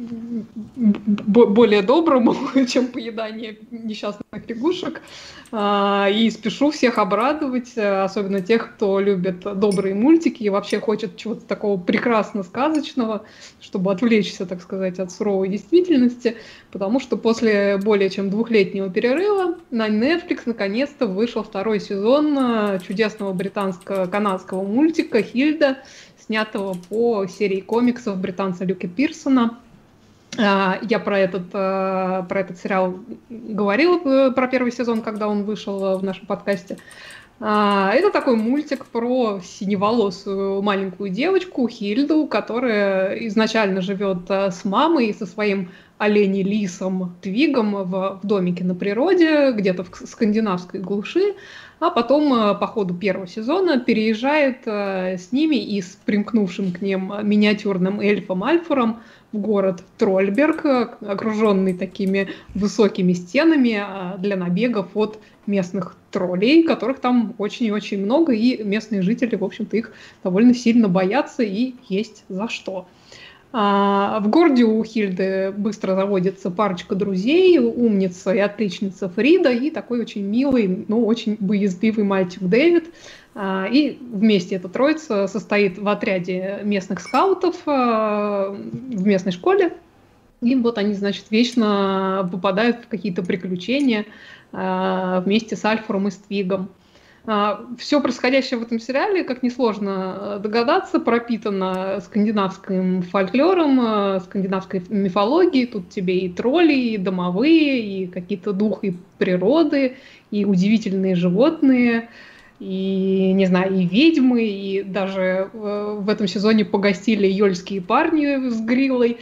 S4: доброму, чем поедание несчастных лягушек. И спешу всех обрадовать, особенно тех, кто любит добрые мультики и вообще хочет чего-то такого прекрасно сказочного, чтобы отвлечься, так сказать, от суровой действительности, потому что после более чем 2-летнего перерыва на Netflix наконец-то вышел 2-й сезон чудесного британско-канадского мультика «Хильда», снятого по серии комиксов британца Люка Пирсона. Я про этот сериал говорила, про 1-й сезон, когда он вышел в нашем подкасте. Это такой мультик про синеволосую маленькую девочку Хильду, которая изначально живет с мамой и со своим оленей-лисом Твигом в домике на природе, где-то в скандинавской глуши, а потом по ходу 1-го сезона переезжает с ними и с примкнувшим к ним миниатюрным эльфом Альфуром в город Трольберг, окруженный такими высокими стенами для набегов от местных троллей, которых там очень и очень много, и местные жители, в общем-то, их довольно сильно боятся, и есть за что. В городе у Хильды быстро заводится парочка друзей, умница и отличница Фрида, и такой очень милый, но очень боязливый мальчик Дэвид. И вместе эта троица состоит в отряде местных скаутов в местной школе. И вот они, значит, вечно попадают в какие-то приключения вместе с Альфуром и с Твигом. Все происходящее в этом сериале, как несложно догадаться, пропитано скандинавским фольклором, скандинавской мифологией. Тут тебе и тролли, и домовые, и какие-то духи природы, и удивительные животные, и, не знаю, и ведьмы, и даже в этом сезоне погостили йольские парни с гриллой.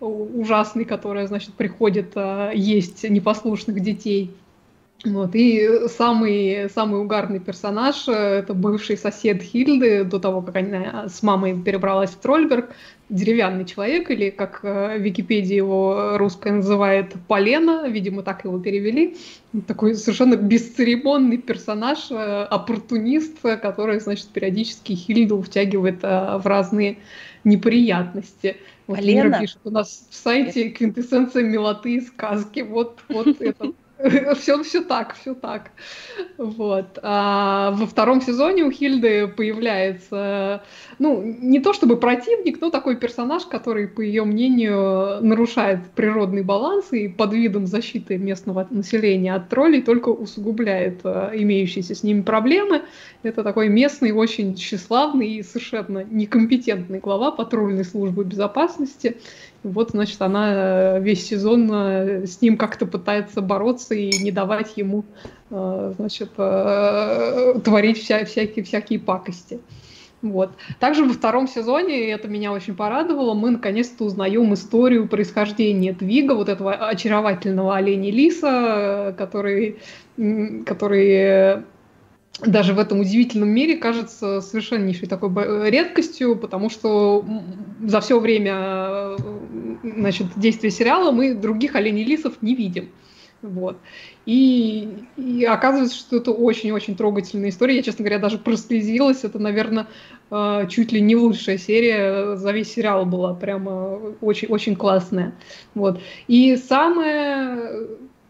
S4: ужасный, которая, значит, приходит есть непослушных детей. Вот. И самый угарный персонаж — это бывший сосед Хильды до того, как она с мамой перебралась в Трольберг. Деревянный человек, или, как в Википедии его русская называет, полено, видимо, так его перевели. Такой совершенно бесцеремонный персонаж, оппортунист, который, значит, периодически Хильду втягивает в разные неприятности. Вот Мира пишет у нас в сайте «Квинтэссенция милоты и сказки». Вот это... Все так. Вот. Во втором сезоне у Хильды появляется, не то чтобы противник, но такой персонаж, который, по ее мнению, нарушает природный баланс и под видом защиты местного населения от троллей только усугубляет имеющиеся с ними проблемы. Это такой местный, очень тщеславный и совершенно некомпетентный глава патрульной службы безопасности. Вот, значит, она весь сезон с ним как-то пытается бороться и не давать ему, значит, творить всякие пакости. Вот. Также во втором сезоне, и это меня очень порадовало, мы наконец-то узнаем историю происхождения Твига, вот этого очаровательного оленя-лиса, который даже в этом удивительном мире кажется совершеннейшей такой редкостью, потому что за все время, значит, действия сериала мы других оленей-лисов не видим. Вот. И оказывается, что это очень-очень трогательная история. Я, честно говоря, даже прослезилась. Это, наверное, чуть ли не лучшая серия за весь сериал была. Прямо очень-очень классная. Вот. И самое...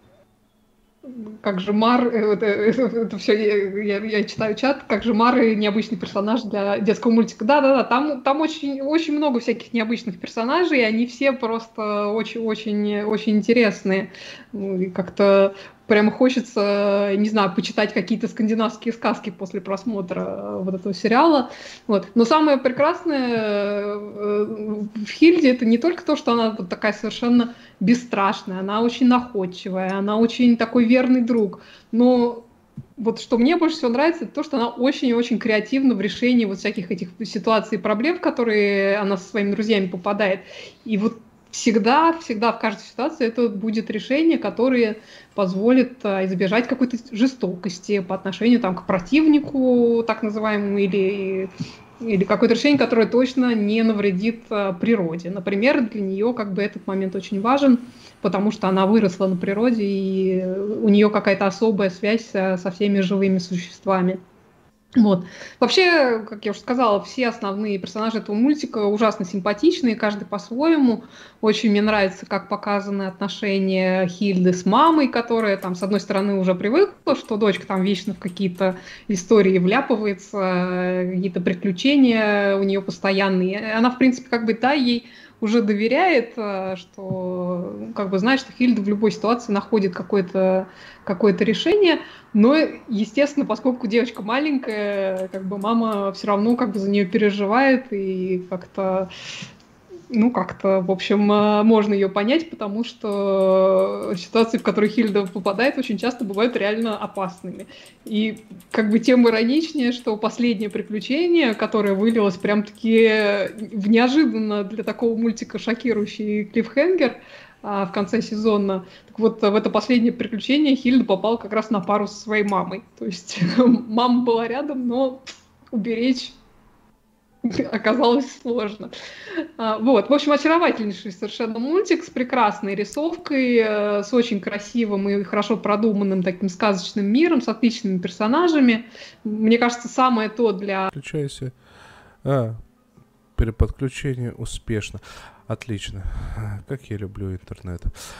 S4: Как же Мар, это все, я читаю чат, как же Мар необычный персонаж для детского мультика. Да, там очень много всяких необычных персонажей, и они все просто очень интересные. И как-то прямо хочется, не знаю, почитать какие-то скандинавские сказки после просмотра вот этого сериала. Вот. Но самое прекрасное в Хильде — это не только то, что она вот такая совершенно бесстрашная, она очень находчивая, она очень такой верный друг. Но вот что мне больше всего нравится, это то, что она очень-очень креативна в решении вот всяких этих ситуаций и проблем, в которые она со своими друзьями попадает. И вот всегда в каждой ситуации это будет решение, которое позволит избежать какой-то жестокости по отношению там, к противнику, так называемому, или какое-то решение, которое точно не навредит природе. Например, для нее как бы этот момент очень важен, потому что она выросла на природе, и у нее какая-то особая связь со всеми живыми существами. Вот. Вообще, как я уже сказала, все основные персонажи этого мультика ужасно симпатичные, каждый по-своему. Очень мне нравится, как показаны отношения Хильды с мамой, которая там, с одной стороны, уже привыкла, что дочка там вечно в какие-то истории вляпывается, какие-то приключения у нее постоянные. Она, в принципе, как бы, да, ей уже доверяет, что, как бы, знает, что Хильда в любой ситуации находит какое-то решение, но, естественно, поскольку девочка маленькая, как бы мама все равно как бы за нее переживает и как-то, в общем, можно ее понять, потому что ситуации, в которые Хильда попадает, очень часто бывают реально опасными. И как бы тем ироничнее, что последнее приключение, которое вылилось прям-таки в неожиданно для такого мультика шокирующий клиффхенгер в конце сезона, так вот в это последнее приключение Хильда попала как раз на пару со своей мамой. То есть мама была рядом, но уберечь оказалось сложно. Вот. В общем, очаровательнейший совершенно мультик с прекрасной рисовкой, с очень красивым и хорошо продуманным таким сказочным миром, с отличными персонажами. Мне кажется, самое то для...
S2: Включайся. Переподключение успешно. Отлично. Как я люблю интернет.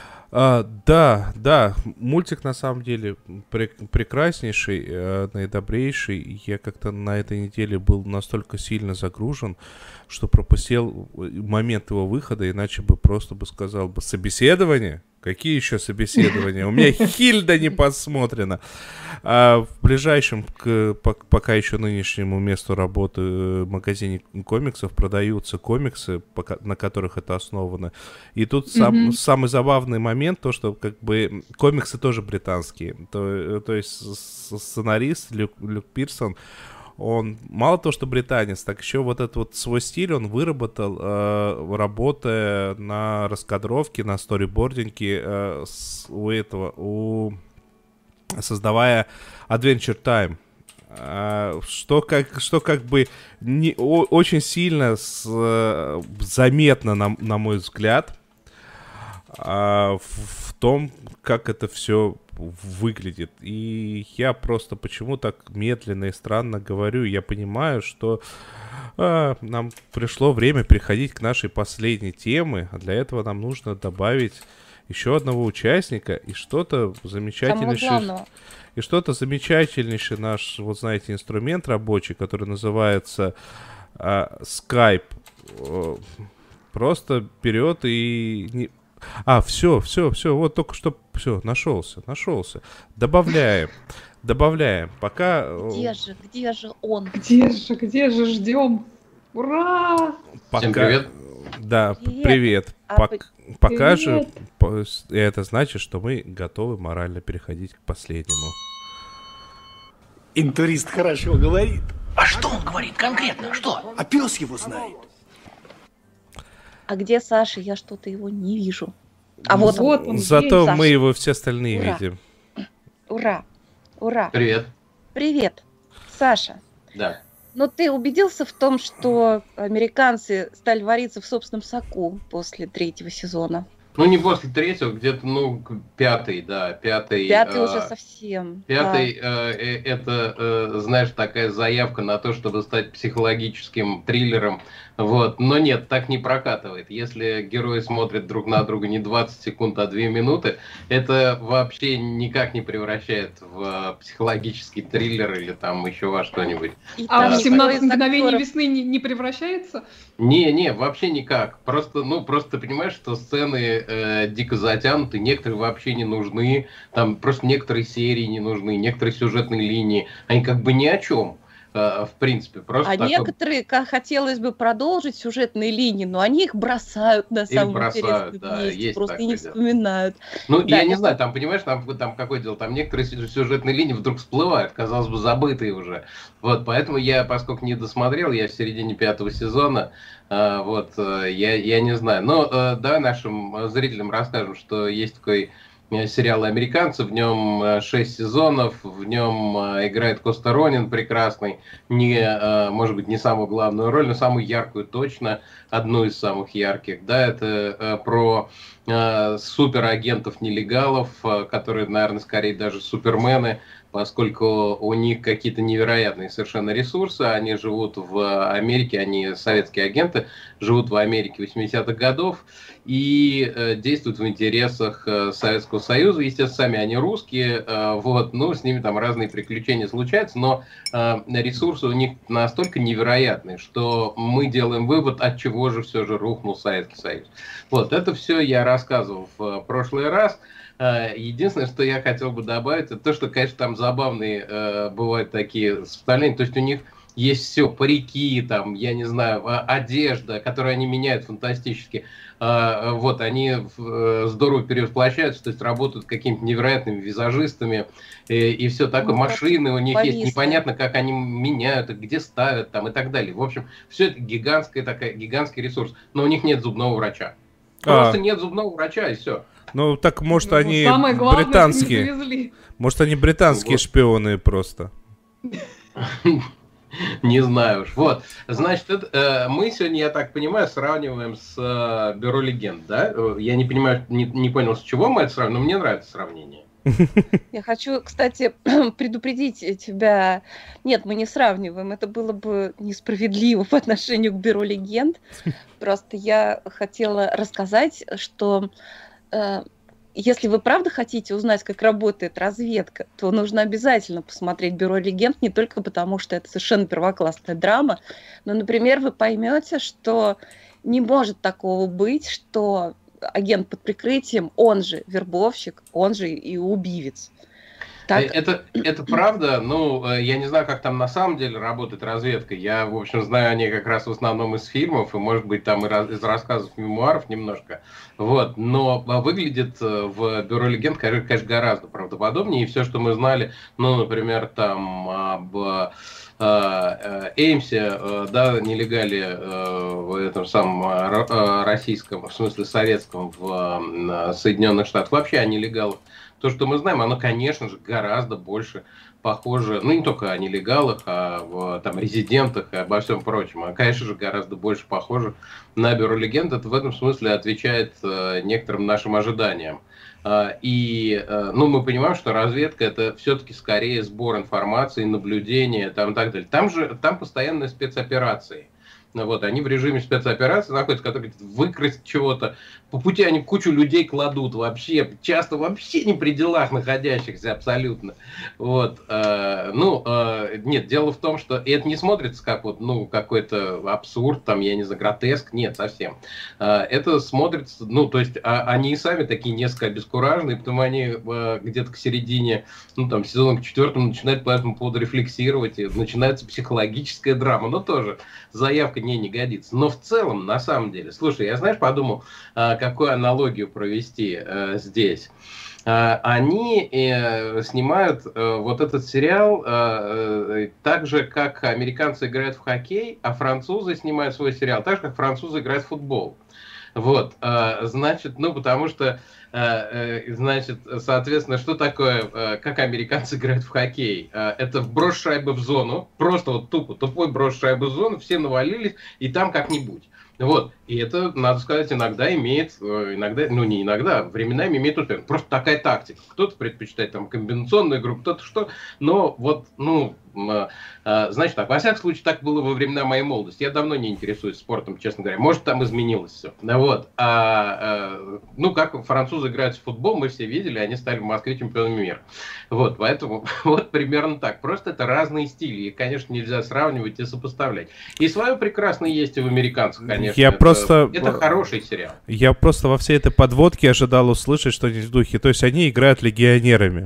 S2: Да, мультик на самом деле прекраснейший, наидобрейший. Я как-то на этой неделе был настолько сильно загружен, что пропустил момент его выхода, иначе бы просто сказал бы собеседование. Какие еще собеседования? У меня Хильда не подсмотрена. В ближайшем, пока еще нынешнему месту работы магазине комиксов продаются комиксы, на которых это основано. И тут самый забавный момент, то, что как бы комиксы тоже британские. То есть сценарист Люк Пирсон, он мало того, что британец, так еще вот этот вот свой стиль он выработал, работая на раскадровке, на сторибординге создавая Adventure Time. Что как бы очень сильно заметно, на мой взгляд, в том, как это все выглядит. И я просто почему так медленно и странно говорю. Я понимаю, что нам пришло время переходить к нашей последней теме. А для этого нам нужно добавить еще одного участника и что-то замечательнейшее. И что-то замечательнейшее наш, вот знаете, инструмент рабочий, который называется Skype. Просто берет и... все, вот только что, все, нашелся. Добавляем. Пока...
S1: Где же он?
S4: Где же ждем? Ура!
S9: Всем привет.
S2: Да, привет. Пока же это значит, что мы готовы морально переходить к последнему.
S8: Интурист хорошо говорит.
S7: А что он говорит конкретно? Что?
S8: А пес его знает.
S1: А где Саша? Я что-то его не вижу. А вот он.
S2: Зато
S1: Саша.
S2: мы его все остальные
S1: Ура.
S2: видим.
S1: Ура.
S9: Привет.
S1: Саша.
S9: Да.
S1: Но ты убедился в том, что американцы стали вариться в собственном соку после 3-го сезона?
S9: Ну, не после 3-го, где-то, пятый, да. Пятый
S1: уже совсем.
S9: Пятый, это, знаешь, такая заявка на то, чтобы стать психологическим триллером. Вот. Но нет, так не прокатывает. Если герои смотрят друг на друга не 20 секунд, а 2 минуты, это вообще никак не превращает в психологический триллер или там еще во что-нибудь.
S4: А в 17 мгновений весны не превращается?
S9: Не, вообще никак. Просто ты понимаешь, что сцены дико затянуты, некоторые вообще не нужны, там просто некоторые серии не нужны, некоторые сюжетные линии, они как бы ни о чем. В принципе, просто
S1: некоторые хотелось бы продолжить сюжетные линии, но они их бросают на самом интересном месте, просто и не вспоминают.
S9: Я не знаю, там, понимаешь, там какое дело, там некоторые сюжетные линии вдруг всплывают, казалось бы, забытые уже. Вот, поэтому я, поскольку не досмотрел, я в середине 5-го сезона, я не знаю. Но давай нашим зрителям расскажем, что есть такой сериал «Американцы», в нем 6 сезонов, в нем играет Коста Ронин прекрасный, может быть, не самую главную роль, но самую яркую точно, одну из самых ярких. Да, это про суперагентов-нелегалов, которые, наверное, скорее даже супермены, поскольку у них какие-то невероятные совершенно ресурсы, они живут в Америке, они советские агенты, живут в Америке 80-х годов и действуют в интересах Советского Союза. Естественно, сами они русские, с ними там разные приключения случаются, но ресурсы у них настолько невероятные, что мы делаем вывод, от чего же все же рухнул Советский Союз. Вот, это все я рассказывал в прошлый раз. Единственное, что я хотел бы добавить, это то, что, конечно, там забавные бывают такие вставления, то есть у них есть все, парики, там, я не знаю, одежда, которую они меняют фантастически. Они здорово перевоплощаются, то есть работают какими-то невероятными визажистами и все такое. Машины у них есть, непонятно, как они меняют, где ставят там и так далее. В общем, все это гигантский ресурс, но у них нет зубного врача. Просто нет зубного врача и все.
S2: Ну, так, может, они британские. Может, они британские шпионы просто.
S9: Не знаю уж. Вот. Значит, мы сегодня, я так понимаю, сравниваем с Бюро легенд, да? Я не понимаю, не понял, с чего мы это сравниваем, но мне нравится сравнение.
S1: Я хочу, кстати, предупредить тебя. Нет, мы не сравниваем. Это было бы несправедливо по отношению к Бюро легенд. Просто я хотела рассказать, что если вы правда хотите узнать, как работает разведка, то нужно обязательно посмотреть «Бюро легенд», не только потому, что это совершенно первоклассная драма, но, например, вы поймете, что не может такого быть, что агент под прикрытием, он же вербовщик, он же и убивец. Так?
S9: Это правда, я не знаю, как там на самом деле работает разведка. Я, в общем, знаю о ней как раз в основном из фильмов, и, может быть, там из рассказов, мемуаров немножко. Вот. Но выглядит в «Бюро легенд», конечно, гораздо правдоподобнее, и все, что мы знали, ну, например, там об Эймсе, да, нелегале в этом самом российском, в смысле советском, в Соединенных Штатах, вообще о нелегалах. То, что мы знаем, оно, конечно же, гораздо больше похоже, ну, не только о нелегалах, а там резидентах и обо всем прочем, а, конечно же, гораздо больше похоже на Бюро легенд. Это в этом смысле отвечает некоторым нашим ожиданиям. И, ну, мы понимаем, что разведка — это все-таки скорее сбор информации, наблюдение, там и так далее. Там постоянные спецоперации. Вот, они в режиме спецоперации находятся, которые говорят, выкрасть чего-то. По пути они кучу людей кладут вообще, часто вообще не при делах находящихся абсолютно. Вот, нет, дело в том, что это не смотрится как вот, ну, какой-то абсурд, там, я не знаю, гротеск, нет, совсем. Это смотрится, ну, то есть они и сами такие несколько обескураженные, потом они где-то к середине, ну, там, сезона к 4 начинают по этому поводу рефлексировать, и начинается психологическая драма, но тоже заявка не годится. Но в целом, на самом деле, слушай, я, знаешь, подумал, какую аналогию провести здесь. Они снимают вот этот сериал так же, как американцы играют в хоккей, а французы снимают свой сериал так же, как французы играют в футбол. Вот, значит, ну, потому что, значит, соответственно, что такое, как американцы играют в хоккей? Это вброс шайбы в зону, просто вот тупой брос шайбы в зону, все навалились, и там как-нибудь. Вот, и это, надо сказать, иногда имеет, ну не иногда, временами имеет успех. Просто такая тактика. Кто-то предпочитает там комбинационную игру, кто-то что, но вот, ну, значит так, во всяком случае, так было во времена моей молодости. Я давно не интересуюсь спортом, честно говоря. Может, там изменилось все. Вот, ну, как французы играют в футбол, мы все видели, они стали в Москве чемпионами мира. Вот, поэтому, вот примерно так. Просто это разные стили, и, конечно, нельзя сравнивать и сопоставлять. И свое прекрасно есть и в американцах, конечно. Это хороший сериал.
S2: Я просто во всей этой подводке ожидал услышать что-нибудь в духе. То есть они играют легионерами.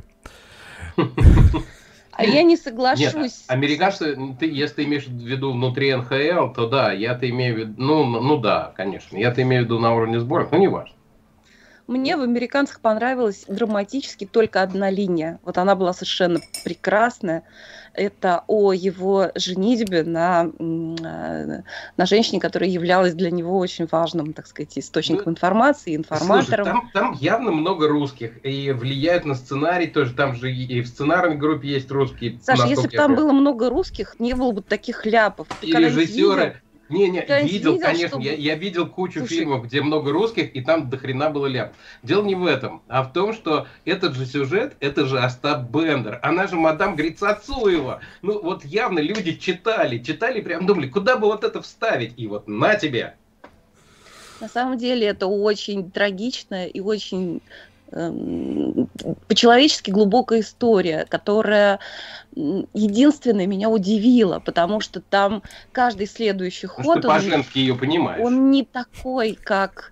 S1: А я не соглашусь.
S9: Нет, американцы, если ты имеешь в виду внутри НХЛ, то да, я-то имею в виду, ну да, конечно, я-то имею в виду на уровне сборных, но не важно.
S1: Мне в американцах понравилась драматически только одна линия. Вот она была совершенно прекрасная. Это о его женитьбе на женщине, которая являлась для него очень важным, так сказать, источником информации, информатором.
S9: Слушай, там явно много русских, и влияют на сценарий тоже. Там же и в сценарной группе есть русские.
S1: Саша, если бы там было много русских, не было бы таких ляпов.
S9: И режиссеры. Не, видел, конечно, чтобы... я видел кучу фильмов, где много русских, и там дохрена было ляп. Дело не в этом, а в том, что этот же сюжет, это же Остап Бендер, она же мадам Грицацуева. Ну вот явно люди читали, прям думали, куда бы вот это вставить, и вот на тебе.
S1: На самом деле это очень трагичная и очень по-человечески глубокая история, которая единственная меня удивила, потому что там каждый следующий ход,
S9: ты по-женски ее понимаешь.
S1: Он не такой, как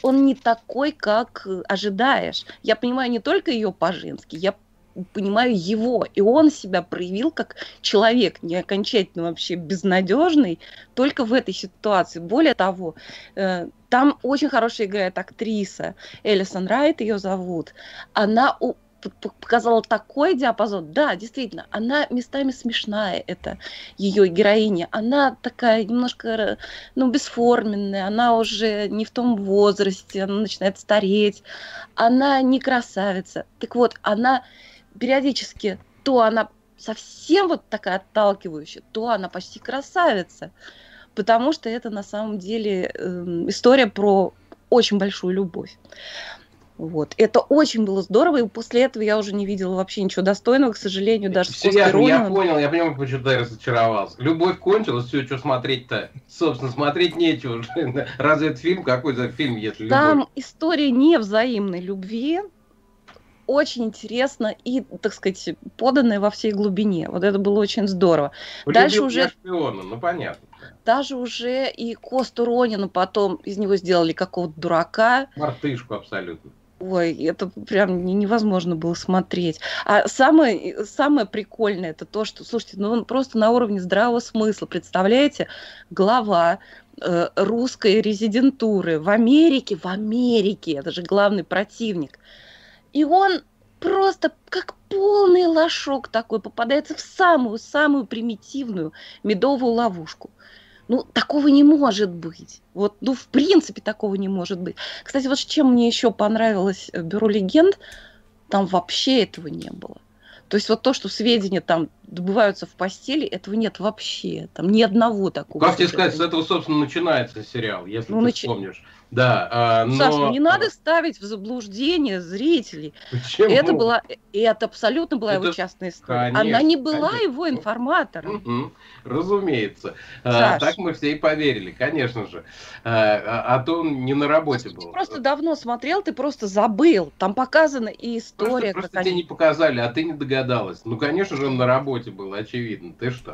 S1: ожидаешь. Я понимаю не только ее по-женски, я понимаю его, и он себя проявил как человек, не окончательно вообще безнадежный, только в этой ситуации. Более того, там очень хорошая играет актриса, Элисон Райт ее зовут, она показала такой диапазон, да, действительно, она местами смешная, это ее героиня, она такая немножко, ну, бесформенная, она уже не в том возрасте, она начинает стареть, она не красавица, так вот, она периодически, то она совсем вот такая отталкивающая, то она почти красавица, потому что это на самом деле история про очень большую любовь. Вот. Это очень было здорово, и после этого я уже не видела вообще ничего достойного, к сожалению, даже с Костей Ронином.
S9: Я понял, почему ты разочаровался. Любовь кончилась, все, что смотреть-то? Собственно, смотреть нечего. Разве это фильм? Какой за фильм, если любовь?
S1: Там история невзаимной любви, очень интересно и, так сказать, поданная во всей глубине. Вот это было очень здорово. Дальше уже...
S9: шпиона, ну понятно.
S1: Даже уже и Косту Ронину потом из него сделали какого-то дурака.
S9: Мартышку абсолютно.
S1: Ой, это прям невозможно было смотреть. А самое прикольное это то, что, слушайте, ну он просто на уровне здравого смысла. Представляете, глава русской резидентуры в Америке, это же главный противник. И он просто как полный лошок такой попадается в самую-самую примитивную медовую ловушку. Ну, такого не может быть. Вот, ну, в принципе, такого не может быть. Кстати, вот чем мне еще понравилось «Бюро легенд», там вообще этого не было. То есть вот то, что сведения там добываются в постели, этого нет вообще. Там ни одного такого.
S9: Как тебе сказать, с этого, собственно, начинается сериал, если ты вспомнишь. Да, но...
S1: Саш, ну не надо ставить в заблуждение зрителей.
S9: Почему?
S1: Это абсолютно была его частная история.
S9: Конечно,
S1: она не была его информатором.
S9: Разумеется. Так мы все и поверили, конечно же. А то он не на работе был.
S1: Ты просто давно смотрел, ты просто забыл. Там показана и история.
S9: Просто тебе не показали, а ты не догадалась. Ну, конечно же, он на работе был, очевидно. Ты что?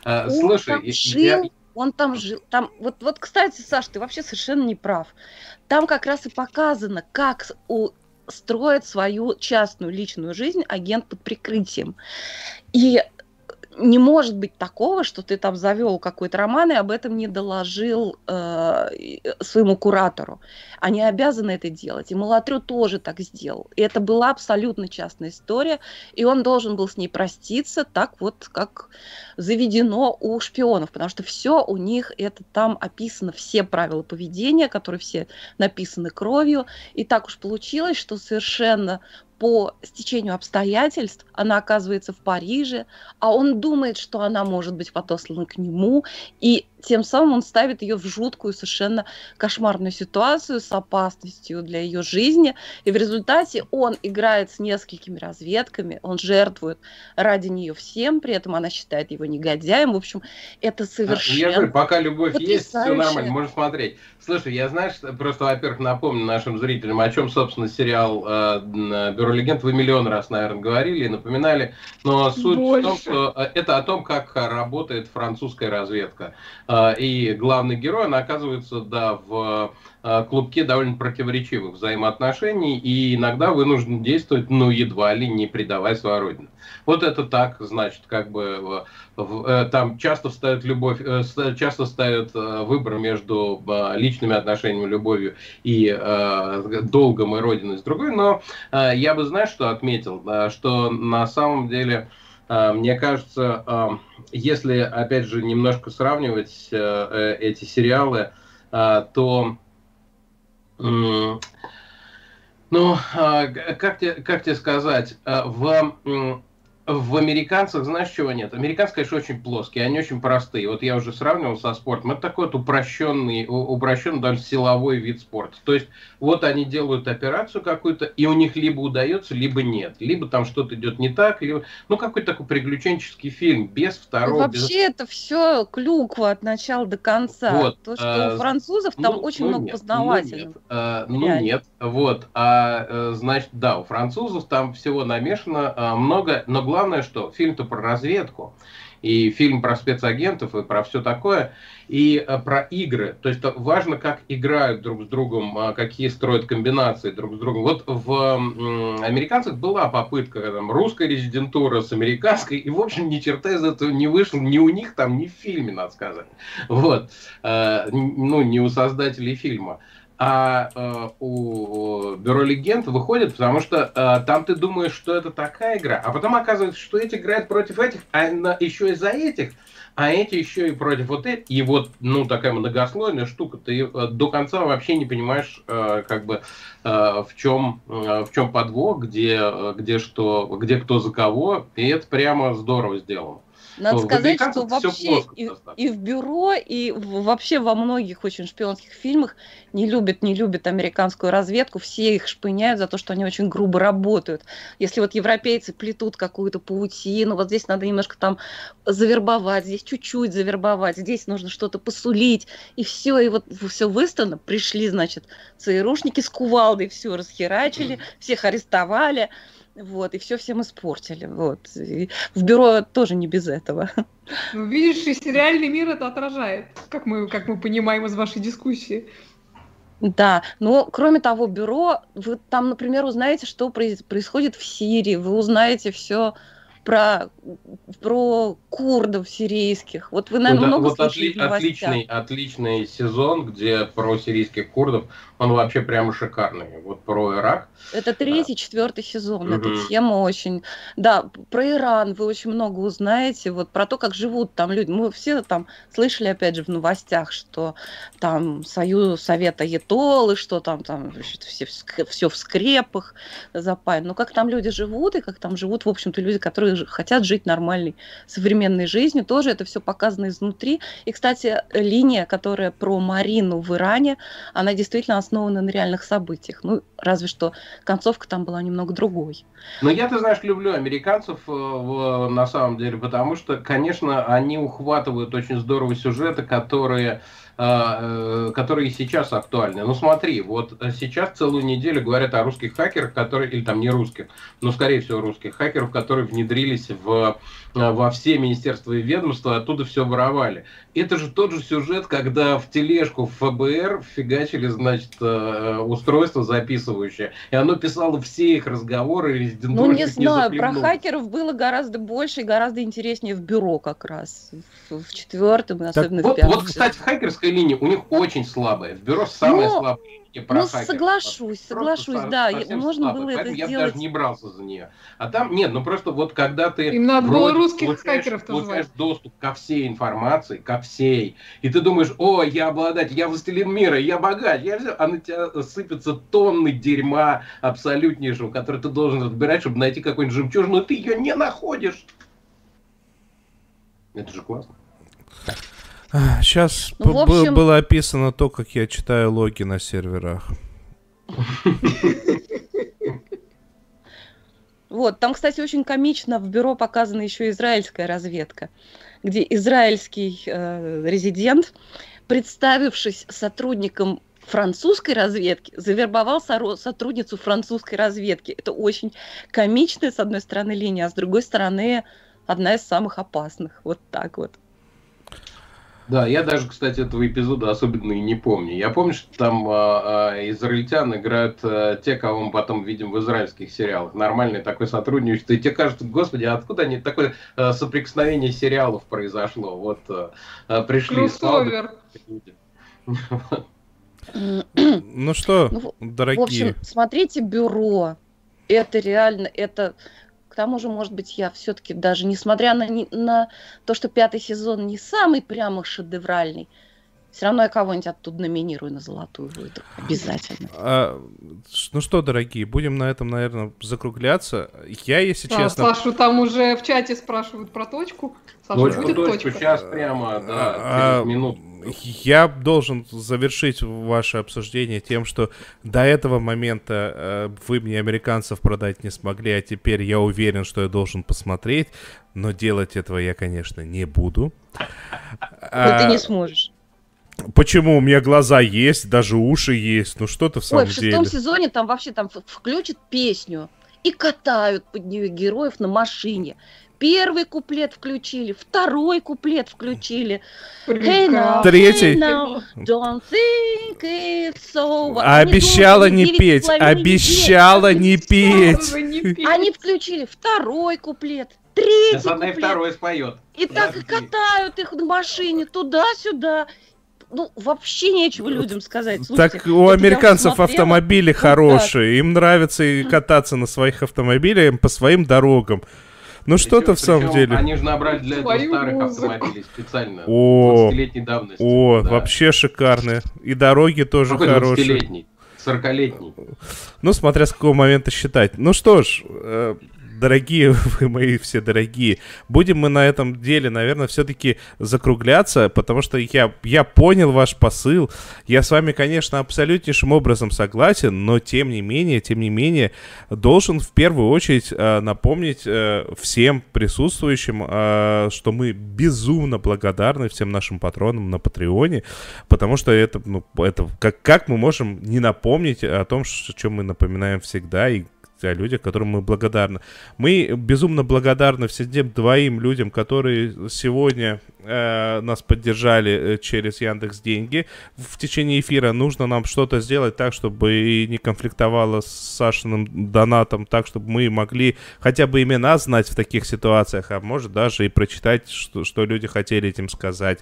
S9: Слушай,
S1: он там жил. Там, вот, кстати, Саш, ты вообще совершенно не прав. Там как раз и показано, как строит свою частную личную жизнь агент под прикрытием. И не может быть такого, что ты там завел какой-то роман и об этом не доложил своему куратору. Они обязаны это делать. И Малатрю тоже так сделал. И это была абсолютно частная история. И он должен был с ней проститься так вот, как заведено у шпионов. Потому что все у них это там описано, все правила поведения, которые все написаны кровью. И так уж получилось, что совершенно по стечению обстоятельств она оказывается в Париже, а он думает, что она может быть подослана к нему, и тем самым он ставит ее в жуткую, совершенно кошмарную ситуацию с опасностью для ее жизни, и в результате он играет с несколькими разведками, он жертвует ради нее всем, при этом она считает его негодяем, в общем, это совершенно
S9: Я говорю, пока любовь есть, все нормально, можно смотреть. Слушай, я, знаешь, просто, во-первых, напомню нашим зрителям, о чем, собственно, сериал «Бюро легенд», вы миллион раз, наверное, говорили и напоминали, но суть в том, что это о том, как работает французская разведка. И главный герой, он оказывается, в клубке довольно противоречивых взаимоотношений и иногда вынужден действовать, ну, едва ли не предавая свою родину. Вот это так, значит, как бы там часто ставят часто ставят выбор между личными отношениями, любовью и долгом и родиной с другой, но я бы, знаешь, что отметил, что на самом деле... Мне кажется, если, опять же, немножко сравнивать эти сериалы, то, ну, как тебе сказать, в американцах, знаешь, чего нет? Американцы, конечно, очень плоские, они очень простые. Вот я уже сравнивал со спортом. Это такой вот упрощенный даже силовой вид спорта. То есть вот они делают операцию какую-то, и у них либо удается, либо нет. Либо там что-то идет не так, либо... Ну, какой-то такой приключенческий фильм, без второго...
S1: Вообще это все клюква от начала до конца. Вот, то, что у французов там очень много познавательных.
S9: Нет. Вот. Значит, да, у французов там всего намешано много, но главное, что фильм-то про разведку, и фильм про спецагентов, и про все такое, и про игры. То есть важно, как играют друг с другом, какие строят комбинации друг с другом. Вот в американцах была попытка там, русской резидентуры с американской, и, в общем, ни черта из этого не вышло ни у них там, ни в фильме, надо сказать. Вот. Ну, не у создателей фильма. А у «Бюро легенд» выходит, потому что там ты думаешь, что это такая игра, а потом оказывается, что эти играют против этих, а еще и за этих, а эти еще и против вот этих. И вот, ну, такая многослойная штука, ты до конца вообще не понимаешь, как бы, в чем подвох, где кто за кого, и это прямо здорово сделано.
S1: Надо сказать, что вообще и в «Бюро», и вообще во многих очень шпионских фильмах не любят американскую разведку, все их шпыняют за то, что они очень грубо работают. Если вот европейцы плетут какую-то паутину, вот здесь надо немножко там завербовать, здесь чуть-чуть завербовать, здесь нужно что-то посулить, и все, и вот все выставлено, пришли, значит, ЦРУшники с кувалдой, все расхерачили, всех арестовали. Вот, и все всем испортили. Вот. И в «Бюро» тоже не без этого.
S4: Ну, видишь, и сериальный мир это отражает, как мы понимаем из вашей дискуссии.
S1: Да, но кроме того, «Бюро», вы там, например, узнаете, что происходит в Сирии, вы узнаете все про курдов сирийских. Вот вы, наверное, много слышали в новостях.
S9: Отличный сезон, где про сирийских курдов, он вообще прямо шикарный. Вот про Ирак.
S1: Это 3-й, 4-й сезон. Эта тема очень... Да, про Иран вы очень много узнаете. Вот про то, как живут там люди. Мы все там слышали, опять же, в новостях, что там Совет Аятоллы, что там все в скрепах запаяно. Но как там люди живут, и как там живут, в общем-то, люди, которые хотят жить нормальной современной жизнью, тоже это все показано изнутри. И, кстати, линия, которая про Марину в Иране, она действительно основана на реальных событиях. Ну, разве что концовка там была немного другой.
S9: Но я, ты знаешь, люблю американцев на самом деле, потому что, конечно, они ухватывают очень здорово сюжеты, которые сейчас актуальны. Ну смотри, вот сейчас целую неделю говорят о русских хакерах, которые, или там не русских, но скорее всего русских хакеров, которые внедрились во все министерства и ведомства, оттуда все воровали. Это же тот же сюжет, когда в тележку в ФБР фигачили, значит, устройство записывающее, и оно писало все их разговоры, резидентурщик
S1: ну, не знаю, про хакеров было гораздо больше и гораздо интереснее в бюро как раз. В 4-м, особенно в 5-м.
S9: Вот, кстати, хакерская линия у них очень слабая. В бюро самая слабая линия про хакеров.
S1: Соглашусь, да. Можно было это сделать.
S9: Я даже не брался за нее. А там, нет, ну просто вот когда ты
S4: им надо было русских хакеров
S9: получаешь доступ ко всей информации, ко всей, и ты думаешь, о, я обладатель, я властелин мира, я богач, а на тебя сыпятся тонны дерьма абсолютнейшего, который ты должен разбирать, чтобы найти какую-нибудь жемчужину, но ты ее не находишь. Это же классно.
S2: Сейчас было описано то, как я читаю логи на серверах.
S1: Вот, там, кстати, очень комично в бюро показана еще израильская разведка, где израильский резидент, представившись сотрудником французской разведки, завербовал сотрудницу французской разведки. Это очень комичная, с одной стороны, линия, а с другой стороны, одна из самых опасных. Вот так вот.
S9: Да, я даже, кстати, этого эпизода особенно и не помню. Я помню, что там израильтян играют те, кого мы потом видим в израильских сериалах. Нормальное такое сотрудничество. И тебе кажется, господи, а откуда они такое соприкосновение сериалов произошло? Вот пришли
S4: славы
S9: люди.
S2: Ну что, дорогие.
S1: В общем, смотрите «Бюро». Это реально, это... К тому же, может быть, я все-таки даже, несмотря на то, что 5-й сезон не самый прямо шедевральный, все равно я кого-нибудь оттуда номинирую на золотую выйду. Обязательно.
S2: Ну что, дорогие, будем на этом, наверное, закругляться. Я, если честно...
S4: Сашу там уже в чате спрашивают про точку. Саша, будет точка?
S9: Сейчас прямо, да, через минуту.
S2: Я должен завершить ваше обсуждение тем, что до этого момента вы мне американцев продать не смогли, а теперь я уверен, что я должен посмотреть, но делать этого я, конечно, не буду.
S1: Но ты не сможешь.
S2: Почему? У меня глаза есть, даже уши есть. Ну что ты в самом деле?
S1: В 6-м сезоне там вообще включат песню и катают под нее героев на машине. Первый куплет включили, второй куплет включили.
S2: Hey now, третий.
S1: Hey now, don't think it's over.
S2: Обещала не петь, обещала не петь.
S1: Они включили второй куплет, третий
S9: куплет. Она и второй споет.
S1: И так и катают их на машине туда-сюда. Ну, вообще нечего людям сказать. Слушайте,
S2: так у американцев автомобили хорошие. Им нравится и кататься на своих автомобилях по своим дорогам. Ну что-то в самом деле.
S9: Они же набрали для этого старых автомобилей специально. 20-летней давности.
S2: Вообще шикарные. И дороги тоже хорошие.
S9: 20-летний, 40-летний.
S2: Ну, смотря с какого момента считать. Ну что ж, дорогие вы мои все дорогие, будем мы на этом деле, наверное, все-таки закругляться, потому что я понял ваш посыл. Я с вами, конечно, абсолютнейшим образом согласен, но тем не менее, должен в первую очередь напомнить всем присутствующим, что мы безумно благодарны всем нашим патронам на Патреоне, потому что это как мы можем не напомнить о том, о чем мы напоминаем всегда, и о людях, которым мы благодарны. Мы безумно благодарны всем тем двоим людям, которые сегодня нас поддержали через Яндекс.Деньги в течение эфира. Нужно нам что-то сделать так, чтобы не конфликтовало с Сашиным донатом, так, чтобы мы могли хотя бы имена знать в таких ситуациях, а может даже и прочитать, что люди хотели этим сказать.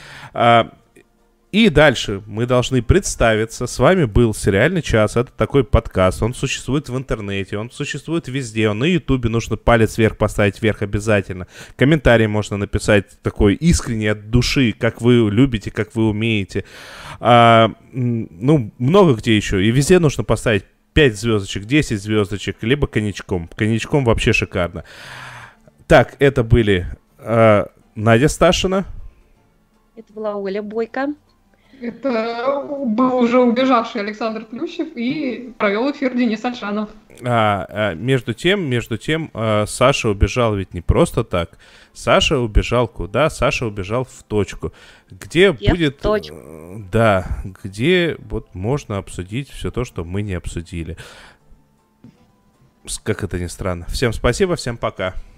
S2: И дальше мы должны представиться. С вами был «Сериальный час». Это такой подкаст. Он существует в интернете, он существует везде. Он на Ютубе. Нужно палец вверх поставить, вверх обязательно. Комментарий можно написать такой искренний от души, как вы любите, как вы умеете. Много где еще. И везде нужно поставить 5 звездочек, 10 звездочек, либо коньячком. Коньячком вообще шикарно. Так, это были Надя Сташина. Это
S1: была Оля Бойко.
S4: Это был уже убежавший Александр Плющев, и провел эфир Денис Альшанов.
S2: Между тем, Саша убежал ведь не просто так. Саша убежал куда? Саша убежал в точку, где будет... Да, где вот можно обсудить все то, что мы не обсудили. Как это ни странно. Всем спасибо, всем пока.